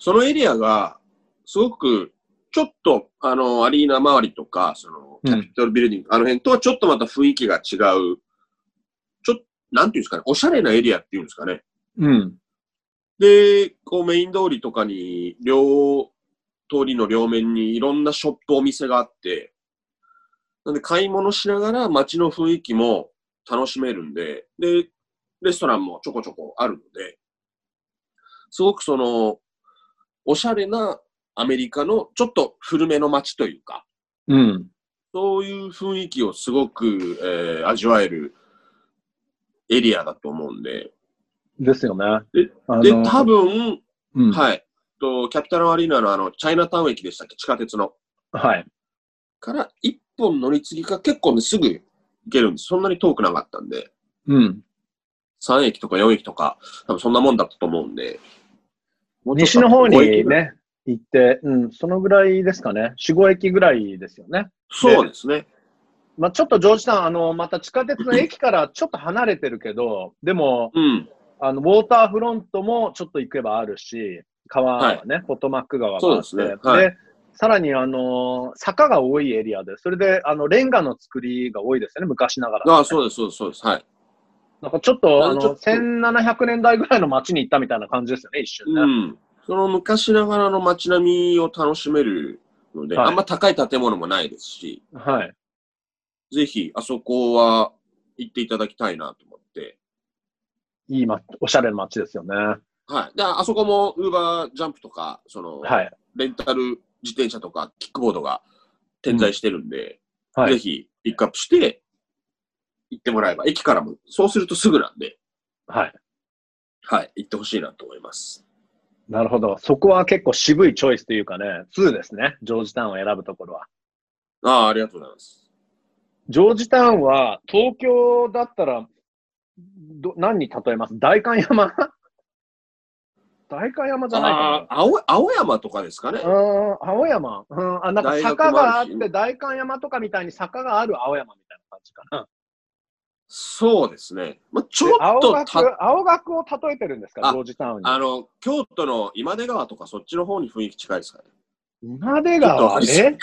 Speaker 2: そのエリアが、すごく、ちょっと、あの、アリーナ周りとか、その、キャピトルビルディング、うん、あの辺とはちょっとまた雰囲気が違う、ちょっと、なんていうんですかね、おしゃれなエリアっていうんですかね。
Speaker 3: うん。
Speaker 2: で、こうメイン通りとかに、両、通りの両面にいろんなショップ、お店があって、なんで買い物しながら街の雰囲気も楽しめるんで、で、レストランもちょこちょこあるので、すごくその、おしゃれなアメリカのちょっと古めの街というか、
Speaker 3: うん。
Speaker 2: そういう雰囲気をすごく、えー、味わえるエリアだと思うんで。
Speaker 3: ですよね。
Speaker 2: で、
Speaker 3: あの
Speaker 2: で多分、
Speaker 3: うん、
Speaker 2: はい。と、キャピタルアリーナのあの、チャイナタウン駅でしたっけ、地下鉄の。
Speaker 3: はい。
Speaker 2: から一本乗り継ぎが結構ね、すぐ行けるんです。そんなに遠くなかったんで。
Speaker 3: うん。
Speaker 2: さん駅とかよん駅とか、多分そんなもんだったと思うんで。
Speaker 3: 西の方にね、行って、うん、そのぐらいですかね。よん、ご駅ぐらいですよね。
Speaker 2: そうですね。
Speaker 3: まあ、ちょっとジョージタウン、あの、また地下鉄の駅からちょっと離れてるけど、でも、
Speaker 2: うん、
Speaker 3: あの、ウォーターフロントもちょっと行けばあるし、川はね、はい、ポトマック川があって、
Speaker 2: そうですね。はい、
Speaker 3: で、さらに、あの、坂が多いエリアで、それで、あの、レンガの作りが多いですよね、昔ながら、ね。
Speaker 2: ああ、そうです、そうです、そうです。はい。
Speaker 3: なんかちょっと、あの、せんななひゃくねんだいぐらいの街に行ったみたいな感じですよね、一瞬ね。
Speaker 2: うん。その昔ながらの街並みを楽しめるので、はい、あんま高い建物もないですし、
Speaker 3: はい。
Speaker 2: ぜひ、あそこは行っていただきたいなと思って。
Speaker 3: いい、ま、おしゃれな街ですよね。
Speaker 2: はい。で、あそこも、ウーバージャンプとか、その、はい、レンタル自転車とか、キックボードが点在してるんで、うんはい、ぜひ、ピックアップして、行ってもらえば、駅からも、そうするとすぐなんで、
Speaker 3: はい。
Speaker 2: はい、行ってほしいなと思います。
Speaker 3: なるほど。そこは結構渋いチョイスというかね、にですね。ジョージタウンを選ぶところは。
Speaker 2: ああ、ありがとうございます。
Speaker 3: ジョージタウンは、東京だったら、ど何に例えます？代官山代官山じゃないかな。
Speaker 2: ああ、青、青山とかですかね。
Speaker 3: うん、青山。うん、あ、なんか坂があって、代官山とかみたいに坂がある青山みたいな感じかな。
Speaker 2: そうですね。まあ、ちょっと
Speaker 3: 青学、青学を例えてるんですか、ジョージタウンに。
Speaker 2: あの、京都の今出川とかそっちの方に雰囲気近いですかね。
Speaker 3: 今出川え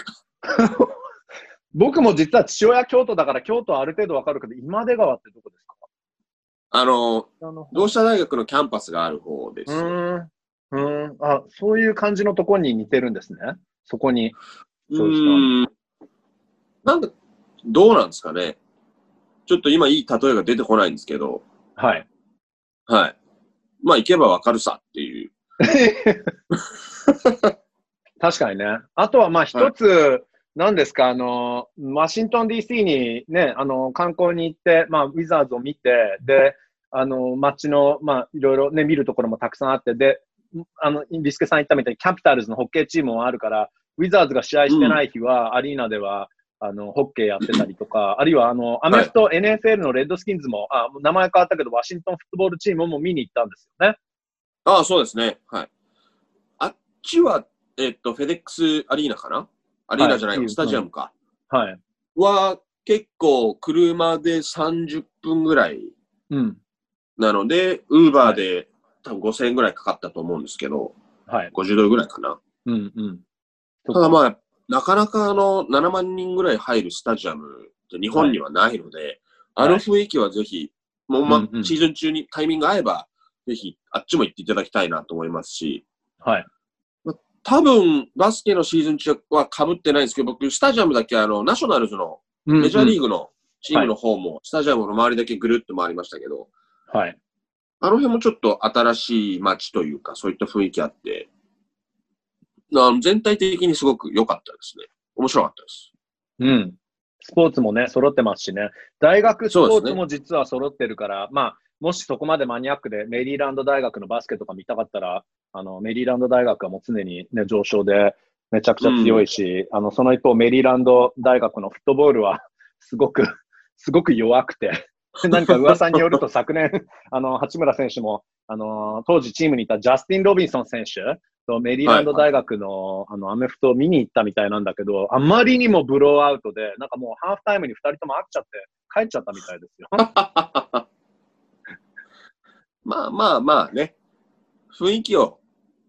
Speaker 3: 僕も実は父親京都だから京都はある程度わかるけど、今出川ってどこですか？
Speaker 2: あの、同志社大学のキャンパスがある方です、ね。
Speaker 3: うん。うん。あ、そういう感じのところに似てるんですね。そこに。
Speaker 2: うん。なんか、どうなんですかね。ちょっと今いい例えが出てこないんですけど。
Speaker 3: はい。
Speaker 2: はい。まあ、行けばわかるさっていう。
Speaker 3: 確かにね。あとはまあ一つ、はい、何ですか、あの、ワシントン ディーシー にね、あの、観光に行って、まあ、ウィザーズを見て、で、あの、街の、まあ、いろいろね、見るところもたくさんあって、で、あの、ビスケさん言ったみたいに、キャピタルズのホッケーチームもあるから、ウィザーズが試合してない日は、うん、アリーナでは、あの、ホッケーやってたりとか、あるいは、あの、アメフト、はい、エヌエフエル のレッドスキンズも、あ、名前変わったけど、ワシントンフットボールチームも見に行ったんですよね。
Speaker 2: ああ、そうですね。はい。あっちは、えっと、フェデックスアリーナかな？アリーナじゃない、はい、スタジアムか。
Speaker 3: はい。
Speaker 2: は、結構、車でさんじゅっぷんぐらい。
Speaker 3: うん。
Speaker 2: なので、ウーバーで、はい、多分ごせんえんぐらいかかったと思うんですけど、
Speaker 3: はい。
Speaker 2: ごじゅうドルぐらいかな。
Speaker 3: うんうん。
Speaker 2: ただまあ、なかなかあの、ななまんにんぐらい入るスタジアムって日本にはないので、はい、あの雰囲気はぜひ、はい、もうま、うんうん、シーズン中にタイミング合えば、ぜひ、あっちも行っていただきたいなと思いますし、
Speaker 3: はい。
Speaker 2: まあ、多分、バスケのシーズン中は被ってないんですけど、僕、スタジアムだけあの、ナショナルズの、メジャーリーグのチームの方も、スタジアムの周りだけぐるっと回りましたけど、
Speaker 3: はい。
Speaker 2: あの辺もちょっと新しい街というか、そういった雰囲気あって、あの全体的にすごく良かったですね。面白かったです。
Speaker 3: うん。スポーツもね、揃ってますしね。大学スポーツも実は揃ってるから、ね、まあ、もしそこまでマニアックでメリーランド大学のバスケとか見たかったら、あの、メリーランド大学はもう常にね、上昇でめちゃくちゃ強いし、うん、あの、その一方、メリーランド大学のフットボールはすごく、すごく弱くて、何か噂によると昨年、あの、八村選手も、あの、当時チームにいたジャスティン・ロビンソン選手とメリーランド大学の、はい、あの、アメフトを見に行ったみたいなんだけど、あまりにもブローアウトで、なんかもうハーフタイムに二人とも飽きちゃって帰っちゃったみたいですよ。
Speaker 2: まあまあまあね、雰囲気を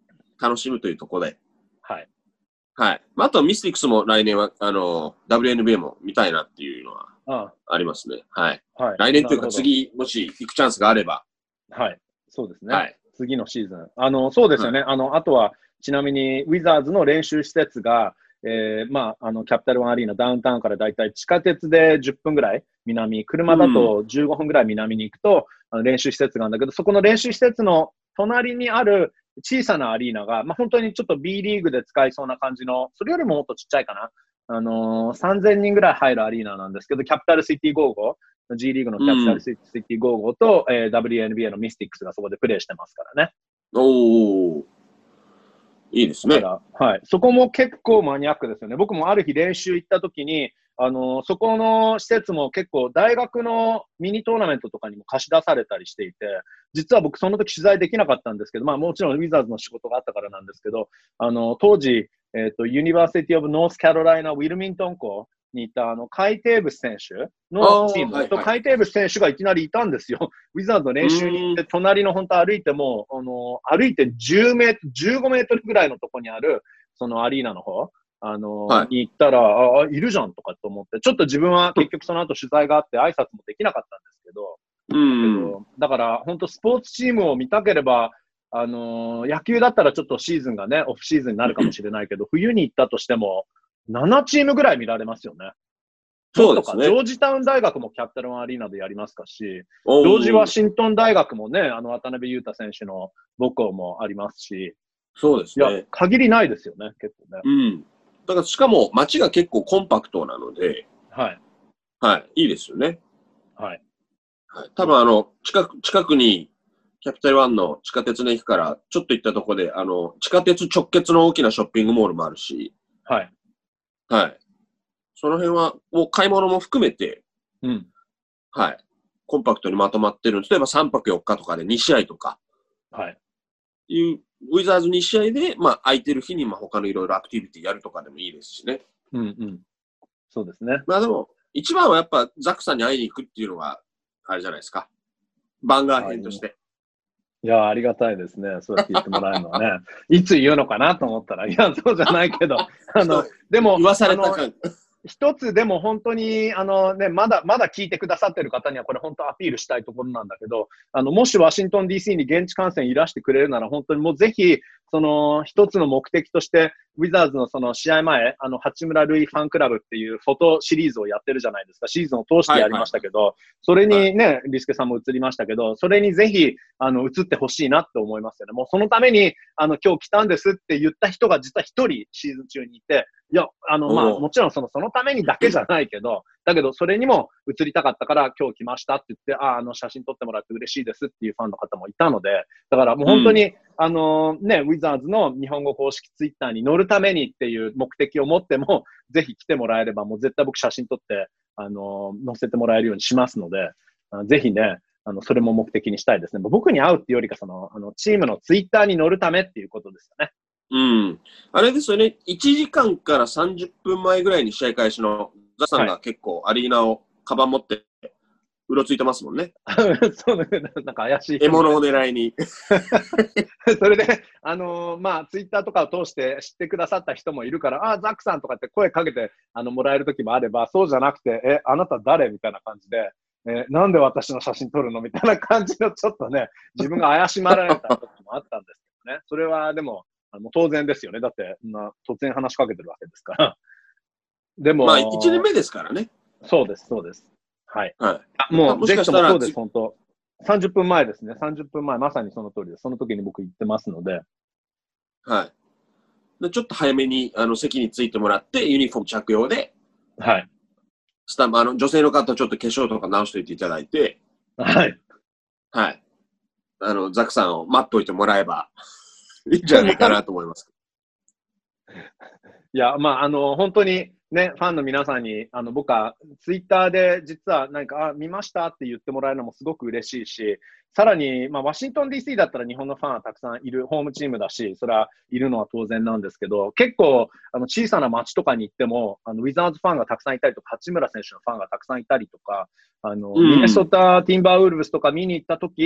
Speaker 2: 楽しむというところで。
Speaker 3: はい。
Speaker 2: はい。まあ、あとはミスティックスも来年は、あの、ダブリューエヌビーエー も見たいなっていうのはありますね。はい。
Speaker 3: はい。
Speaker 2: 来年というか次、もし行くチャンスがあれば。
Speaker 3: はい。そうですね。
Speaker 2: はい。
Speaker 3: 次のシーズン。あの、そうですよね。はい、あの、あとは、ちなみに、ウィザーズの練習施設が、えー、まあ、あの、キャピタルワンアリーナ、ダウンタウンからだいたい地下鉄でじゅっぷんぐらい南、車だとじゅうごふんぐらい南に行くと、うん、あの練習施設があるんだけど、そこの練習施設の隣にある小さなアリーナが、まあ、本当にちょっと B リーグで使いそうな感じの、それよりももっとちっちゃいかな。あのー、さんぜんにんぐらい入るアリーナなんですけど、キャピタルシティゴーゴー、G リーグのキャピタルシティゴーゴーと、うん、えー、ダブリューエヌビーエー のミスティックスがそこでプレーしてますからね。
Speaker 2: おー。いいですね。
Speaker 3: はい。そこも結構マニアックですよね。僕もある日練習行った時に、あのー、そこの施設も結構大学のミニトーナメントとかにも貸し出されたりしていて、実は僕その時取材できなかったんですけど、まあもちろんウィザーズの仕事があったからなんですけど、あのー、当時、えっと、ユニバーシティオブノースカロライナウィルミントン校にいたあの、カイ・テーブス選手のチームと、はいはい、カイ・テーブス選手がいきなりいたんですよ。ウィザーズの練習に行って、隣の本当歩いても、あの、歩いてじゅうメートル、じゅうごメートルぐらいのとこにある、そのアリーナの方、あの、はい、に行ったら、あ、いるじゃんとかと思って、ちょっと自分は結局その後取材があって挨拶もできなかったんですけど、
Speaker 2: うん
Speaker 3: だから本当スポーツチームを見たければ、あのー、野球だったらちょっとシーズンがね、オフシーズンになるかもしれないけど、冬に行ったとしても、ななチームぐらい見られますよね。
Speaker 2: そうですね。
Speaker 3: ジョージタウン大学もキャピタルワンアリーナでやりますかし、ジョージワシントン大学もね、あの、渡辺裕太選手の母校もありますし、
Speaker 2: そうですね。
Speaker 3: いや、限りないですよね、結構ね。
Speaker 2: うん。だからしかも街が結構コンパクトなので、
Speaker 3: はい。
Speaker 2: はい、いいですよね。
Speaker 3: はい。
Speaker 2: はい、多分あの、近く、近くに、キャピタルワンの地下鉄の駅からちょっと行ったところで、あの、地下鉄直結の大きなショッピングモールもあるし、
Speaker 3: はい。
Speaker 2: はい。その辺は、もう買い物も含めて、
Speaker 3: うん。
Speaker 2: はい。コンパクトにまとまってる。例えばさんぱくよっかとかでに試合とか、
Speaker 3: はい。
Speaker 2: いう、ウィザーズに試合で、まあ、空いてる日に、まあ、他のいろいろアクティビティやるとかでもいいですしね。
Speaker 3: うんうん。そうですね。
Speaker 2: まあでも、一番はやっぱザックさんに会いに行くっていうのが、あれじゃないですか。番外編として。
Speaker 3: いや、ありがたいですね。そうやって言ってもらえるのはね。いつ言うのかなと思ったら、いや、そうじゃないけど、あの、でも、
Speaker 2: 言わされた感
Speaker 3: 一つでも本当に、あのね、まだ、まだ聞いてくださってる方にはこれ本当アピールしたいところなんだけど、あの、もしワシントン ディーシー に現地観戦いらしてくれるなら本当にもうぜひ、その一つの目的として、ウィザーズのその試合前、あの、八村塁ファンクラブっていうフォトシリーズをやってるじゃないですか。シーズンを通してやりましたけど、はいはい、それにね、はい、リスケさんも映りましたけど、それにぜひ、あの、映ってほしいなって思いますよね。もうそのために、あの、今日来たんですって言った人が実は一人シーズン中にいて、いや、あの、まあ、もちろんその、そのためにだけじゃないけど、だけど、それにも映りたかったから今日来ましたって言って、あ、あの、写真撮ってもらって嬉しいですっていうファンの方もいたので、だからもう本当に、うん、あのね、ウィザーズの日本語公式ツイッターに載るためにっていう目的を持っても、ぜひ来てもらえれば、もう絶対僕写真撮って、あの、載せてもらえるようにしますので、ぜひね、あの、それも目的にしたいですね。僕に会うっていうよりか、その、あの、チームのツイッターに載るためっていうことですよね。
Speaker 2: うん。あれですよね。いちじかんからさんじゅっぷんまえぐらいに試合開始のザさんが結構アリーナをカバン持ってうろついてますもんね。
Speaker 3: そうね。なんか怪しい。
Speaker 2: 獲物を狙いに。
Speaker 3: それで、あのー、まあ、ツイッターとかを通して知ってくださった人もいるから、あ、ザックさんとかって声かけてあのもらえる時もあれば、そうじゃなくて、え、あなた誰みたいな感じで、え、なんで私の写真撮るのみたいな感じのちょっとね、自分が怪しまられた時もあったんですけどね。それはでも、あの当然ですよね。だって、まあ、突然話しかけてるわけですから。でも、
Speaker 2: まあ、いちねんめですからね。
Speaker 3: そうです、そうです。はい。
Speaker 2: はい、
Speaker 3: あもう、もしかしたらそうです、本当。さんじゅっぷんまえですね。さんじゅっぷんまえ、まさにその通りです。その時に僕行ってますので。
Speaker 2: はい。でちょっと早めにあの席に着いてもらって、ユニフォーム着用で、
Speaker 3: はい。
Speaker 2: スタンプ、あの、女性の方、ちょっと化粧とか直しておいていただいて、
Speaker 3: はい。
Speaker 2: はい。あの、ザクさんを待っておいてもらえば、いいんじゃないかなと思います。
Speaker 3: いや、まあ、あの、本当にね、ファンの皆さんに、あの、僕はツイッターで実はなんか、あ、見ましたって言ってもらえるのもすごく嬉しいし、さらに、まあ、ワシントン ディーシー だったら日本のファンはたくさんいる、ホームチームだし、それはいるのは当然なんですけど、結構、あの、小さな街とかに行っても、あの、ウィザーズファンがたくさんいたりとか、八村選手のファンがたくさんいたりとか、あの、うん、ミネソタ・ティンバーウルブスとか見に行った時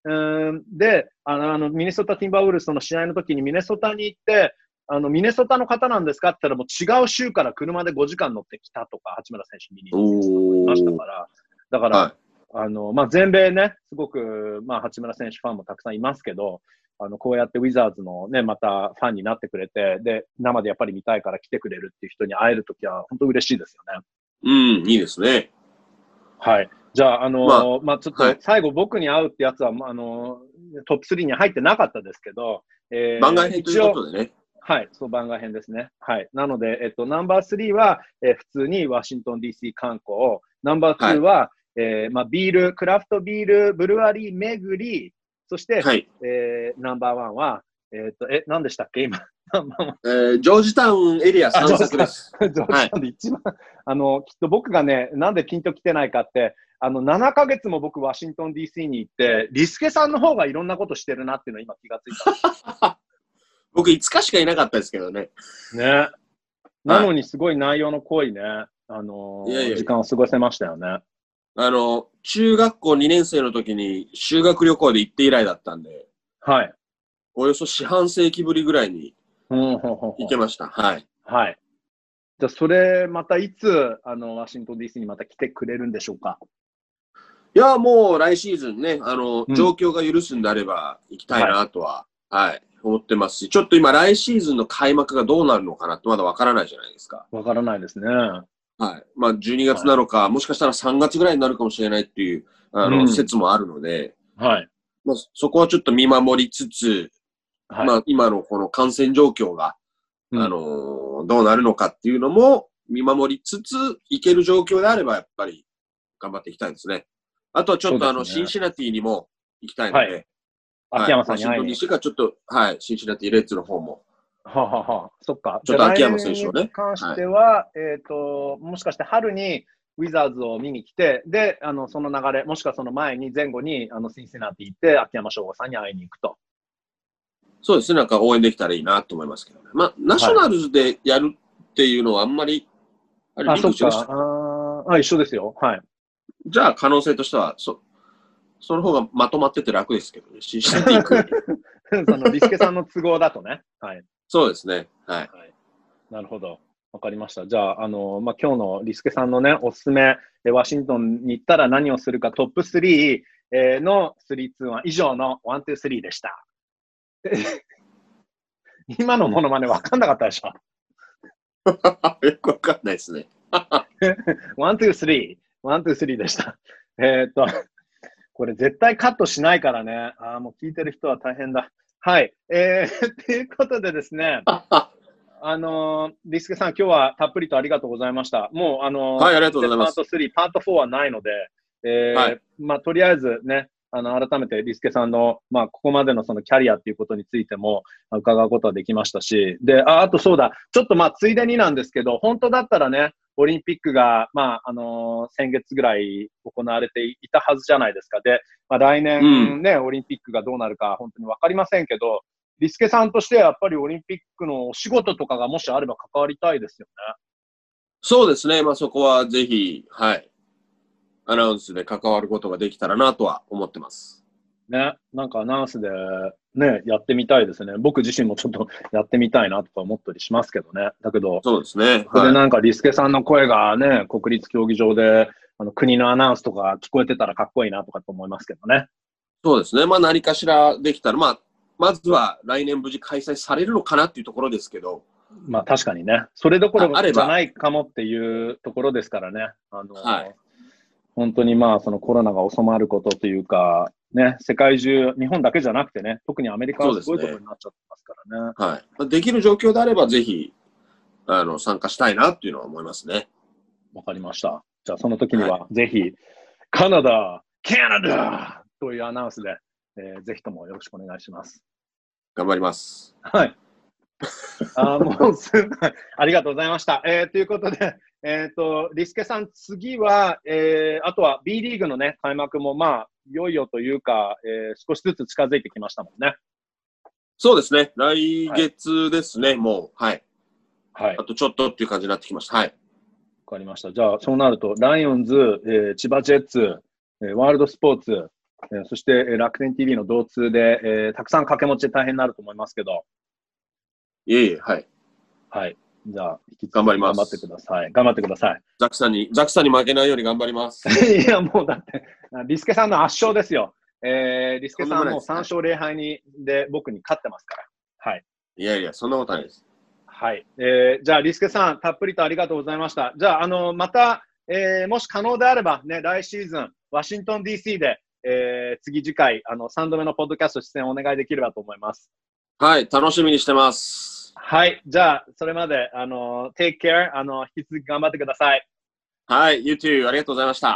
Speaker 3: うーんで、あの、あのミネソタ・ティンバーウルフスの試合の時にミネソタに行って、あの、ミネソタの方なんですかって言ったらもう違う州から車でごじかん乗ってきたとか、八村選手見に行っていましたから、だから、はい、あの、まあ、全米ね、すごく、まあ、八村選手ファンもたくさんいますけど、あの、こうやってウィザーズのね、またファンになってくれて、で、生でやっぱり見たいから来てくれるっていう人に会えるときは、本当嬉しいですよね。
Speaker 2: うん、いいですね。
Speaker 3: はい。じゃあ、あのー、まあ、まあ、ちょっと、最後僕に会うってやつは、あのー、トップスリーに入ってなかったですけど、
Speaker 2: えー、番外編ということでね。
Speaker 3: はい、そう、番外編ですね。はい。なので、えっと、ナンバースリーは、えー、普通にワシントン ディーシー 観光、ナンバーツーは、はい、えー、まあ、ビール、クラフトビール、ブルワリー巡り、そして、はい、えー、ナンバーワンは、えっと、え、何でしたっけ今。
Speaker 2: えー、ジョージタウンエリア散策です。
Speaker 3: ジョージタウンで一番、はい、あの、きっと僕がね、なんでピンと来てないかって、あの、ななかげつも僕ワシントン ディーシー に行って、リスケさんの方がいろんなことしてるなっていうのを今気がついた。
Speaker 2: 僕いつかしかいなかったですけどね。
Speaker 3: ね。なのにすごい内容の濃いね、あのーいやいやいや、時間を過ごせましたよね。
Speaker 2: あの、中学校にねん生の時に修学旅行で行って以来だったんで、
Speaker 3: はい。
Speaker 2: およそ四半世紀ぶりぐらいに行けました。はい。
Speaker 3: はい。じゃあ、それ、またいつ、あの、ワシントン ディーシー にまた来てくれるんでしょうか？
Speaker 2: いや、もう来シーズンね、あの、うん、状況が許すんであれば行きたいなとは、はい、はい、思ってますし、ちょっと今来シーズンの開幕がどうなるのかなってまだわからないじゃないですか。
Speaker 3: わからないですね。
Speaker 2: はい。まあ、じゅうにがつなのか、はい、もしかしたらさんがつぐらいになるかもしれないっていう、あの、うん、説もあるので、
Speaker 3: はい。
Speaker 2: まあ、そこはちょっと見守りつつ、はい、まあ、今のこの感染状況が、うん、あのー、どうなるのかっていうのも見守りつつ、いける状況であれば、やっぱり頑張っていきたいですね。あとはちょっとあの、ね、シンシナティにも行きたいので、はい、
Speaker 3: 秋山さんに会いに。
Speaker 2: ワシントン ディーシー がちょっと、はい、シンシナティレッズの方も。
Speaker 3: はははそっか。
Speaker 2: ちょっと秋山選手をね。
Speaker 3: に関しては、はい、えっ、ー、と、もしかして春にウィザーズを見に来て、で、あの、その流れ、もしくはその前に、前後に、あの、シンシナティ行って、秋山翔吾さんに会いに行くと。
Speaker 2: そうですね。なんか応援できたらいいなと思いますけどね。まあ、ナショナルズでやるっていうのはあんまり、
Speaker 3: はい、あれ、リンク一緒でしたああ、一緒ですよ。はい。
Speaker 2: じゃあ、可能性としては、そ、その方がまとまってて楽ですけどね。シンシナティ行く。
Speaker 3: その、リスケさんの都合だとね。はい。
Speaker 2: そうですね。はい。はい、
Speaker 3: なるほど。わかりました。じゃあ、あの、まあ、今日のリスケさんのね、おすすめ、ワシントンに行ったら何をするかトップスリーのスリーツーワン以上のワンツースリーでした。今のモノマネ分かんなかったでしょ
Speaker 2: よく分かんないですね。
Speaker 3: ワン、ツー、スリー。ワン、ツー、スリーでした。えー、っと、これ絶対カットしないからね。ああ、もう聞いてる人は大変だ。はい。えー、ということでですね。あのー、リスケさん、今日はたっぷりとありがとうございました。もう、あのー、
Speaker 2: はい、ありがとうございます。
Speaker 3: パートスリー、パートフォーはないので、えー、はい、まあ、とりあえずね、あの、改めてリスケさんの、まあ、ここまでのそのキャリアっていうことについても伺うことはできましたし、で、あ、あとそうだ、ちょっとまあ、ついでになんですけど、本当だったらね、オリンピックが、まあ、あのー、先月ぐらい行われていたはずじゃないですか。で、まあ、来年ね、うん、オリンピックがどうなるか本当にわかりませんけど、リスケさんとしてはやっぱりオリンピックのお仕事とかがもしあれば関わりたいですよね。
Speaker 2: そうですね。まあ、そこはぜひ、はい。アナウンスで関わることができたらなとは思ってます。
Speaker 3: ね、なんかアナウンスでね、やってみたいですね。僕自身もちょっとやってみたいなとか思ったりしますけどね。だけど、
Speaker 2: そうですね。
Speaker 3: これでなんかリスケさんの声がね、国立競技場であの国のアナウンスとか聞こえてたらかっこいいなとかと思いますけどね。
Speaker 2: そうですね。まあ何かしらできたら、まあ、まずは来年無事開催されるのかなっていうところですけど。
Speaker 3: まあ確かにね。それどころじゃないかもっていうところですからね。あの、はい、本当にまあそのコロナが収まることというか、ね、世界中、日本だけじゃなくてね、特にアメリカはすごいことになっちゃってますからね。
Speaker 2: はい。できる状況であればぜひ、あの、参加したいなっていうのは思いますね。
Speaker 3: わかりました。じゃあその時にはぜひ、はい、カナダ、カナダというアナウンスで、えー、ぜひともよろしくお願いします。
Speaker 2: 頑張ります。
Speaker 3: はい。あもうすありがとうございました。えー、ということで、えっ、ー、と、リスケさん、次は、えー、あとは B リーグのね、開幕もまあ、いよいよというか、えー、少しずつ近づいてきましたもんね。
Speaker 2: そうですね。来月ですね、はい、もう。はい。
Speaker 3: はい。
Speaker 2: あとちょっとっていう感じになってきました。はい。
Speaker 3: わかりました。じゃあ、そうなると、ライオンズ、えー、千葉ジェッツ、えー、ワールドスポーツ、 えー、そして、えー、楽天 ティーブイ の同通で、えー、たくさん掛け持ちで大変になると思いますけど。
Speaker 2: いえいえ、はい。
Speaker 3: はい。じゃあ、
Speaker 2: 引き続き頑張ります。
Speaker 3: 頑張ってください。頑張ってください。
Speaker 2: ザクさんに、ザクさんに負けないように頑張ります。
Speaker 3: いや、もうだって、リスケさんの圧勝ですよ。えー、リスケさんもさん勝れい敗にで僕に勝ってますから。はい。
Speaker 2: いやいや、そんなことないです。
Speaker 3: はい。えー、じゃあ、リスケさん、たっぷりとありがとうございました。じゃあ、あの、また、えー、もし可能であれば、ね、来シーズン、ワシントン ディーシー で、えー、次次回、あの、さんどめのポッドキャスト出演をお願いできればと思います。
Speaker 2: はい、楽しみにしてます。
Speaker 3: はい。じゃあ、それまで、あの、take care、あの、引き続き頑張ってください。
Speaker 2: はい、You too。ありがとうございました。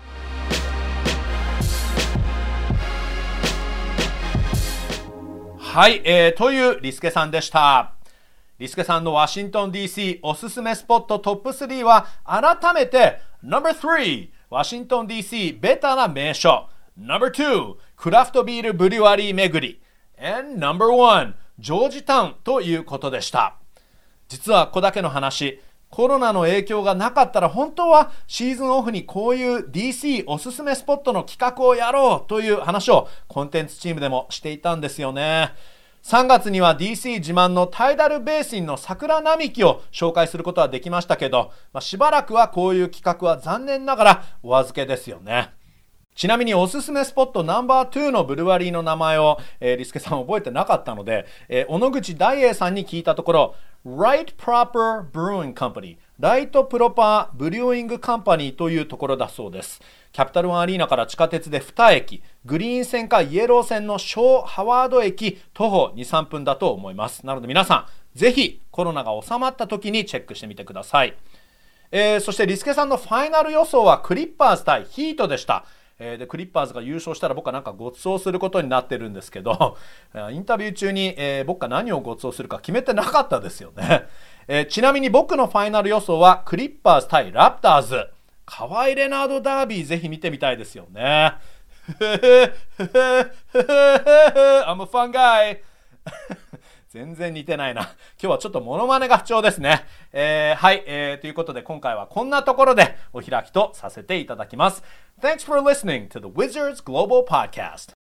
Speaker 1: はい、えー、というリスケさんでした。リスケさんのワシントン ディーシー おすすめスポットトップスリーは改めて ナンバースリー ワシントン ディーシー ベタな名所 ナンバーツー クラフトビールブリュワリー巡り and ナンバーワン ジョージタウンということでした。実はここだけの話、コロナの影響がなかったら本当はシーズンオフにこういう ディーシー おすすめスポットの企画をやろうという話をコンテンツチームでもしていたんですよね。さんがつには ディーシー 自慢のタイダルベーシンの桜並木を紹介することはできましたけど、まあ、しばらくはこういう企画は残念ながらお預けですよね。ちなみにおすすめスポットナンバーツーのブルワリーの名前を、えー、リスケさん覚えてなかったので、えー、小野口大栄さんに聞いたところ Right Proper Brewing Company ライトプロパーブリューイングカンパニーというところだそうです。キャピタルワンアリーナから地下鉄でに駅、グリーン線かイエロー線の小ハワード駅徒歩 にさんぷんだと思います。なので皆さんぜひコロナが収まった時にチェックしてみてください。えー、そしてリスケさんのファイナル予想はクリッパーズ対ヒートでした。えー、でクリッパーズが優勝したら僕はなんかご馳走することになってるんですけどインタビュー中に、えー、僕が何をご馳走するか決めてなかったですよね。えー、ちなみに僕のファイナル予想はクリッパーズ対ラプターズ。カワイ・レナードダービーぜひ見てみたいですよね。I'm a fun guy 全然似てないな。今日はちょっとモノマネが不調ですね。えー、はい、えー、ということで今回はこんなところでお開きとさせていただきます。Thanks for listening to the Wizards Global Podcast.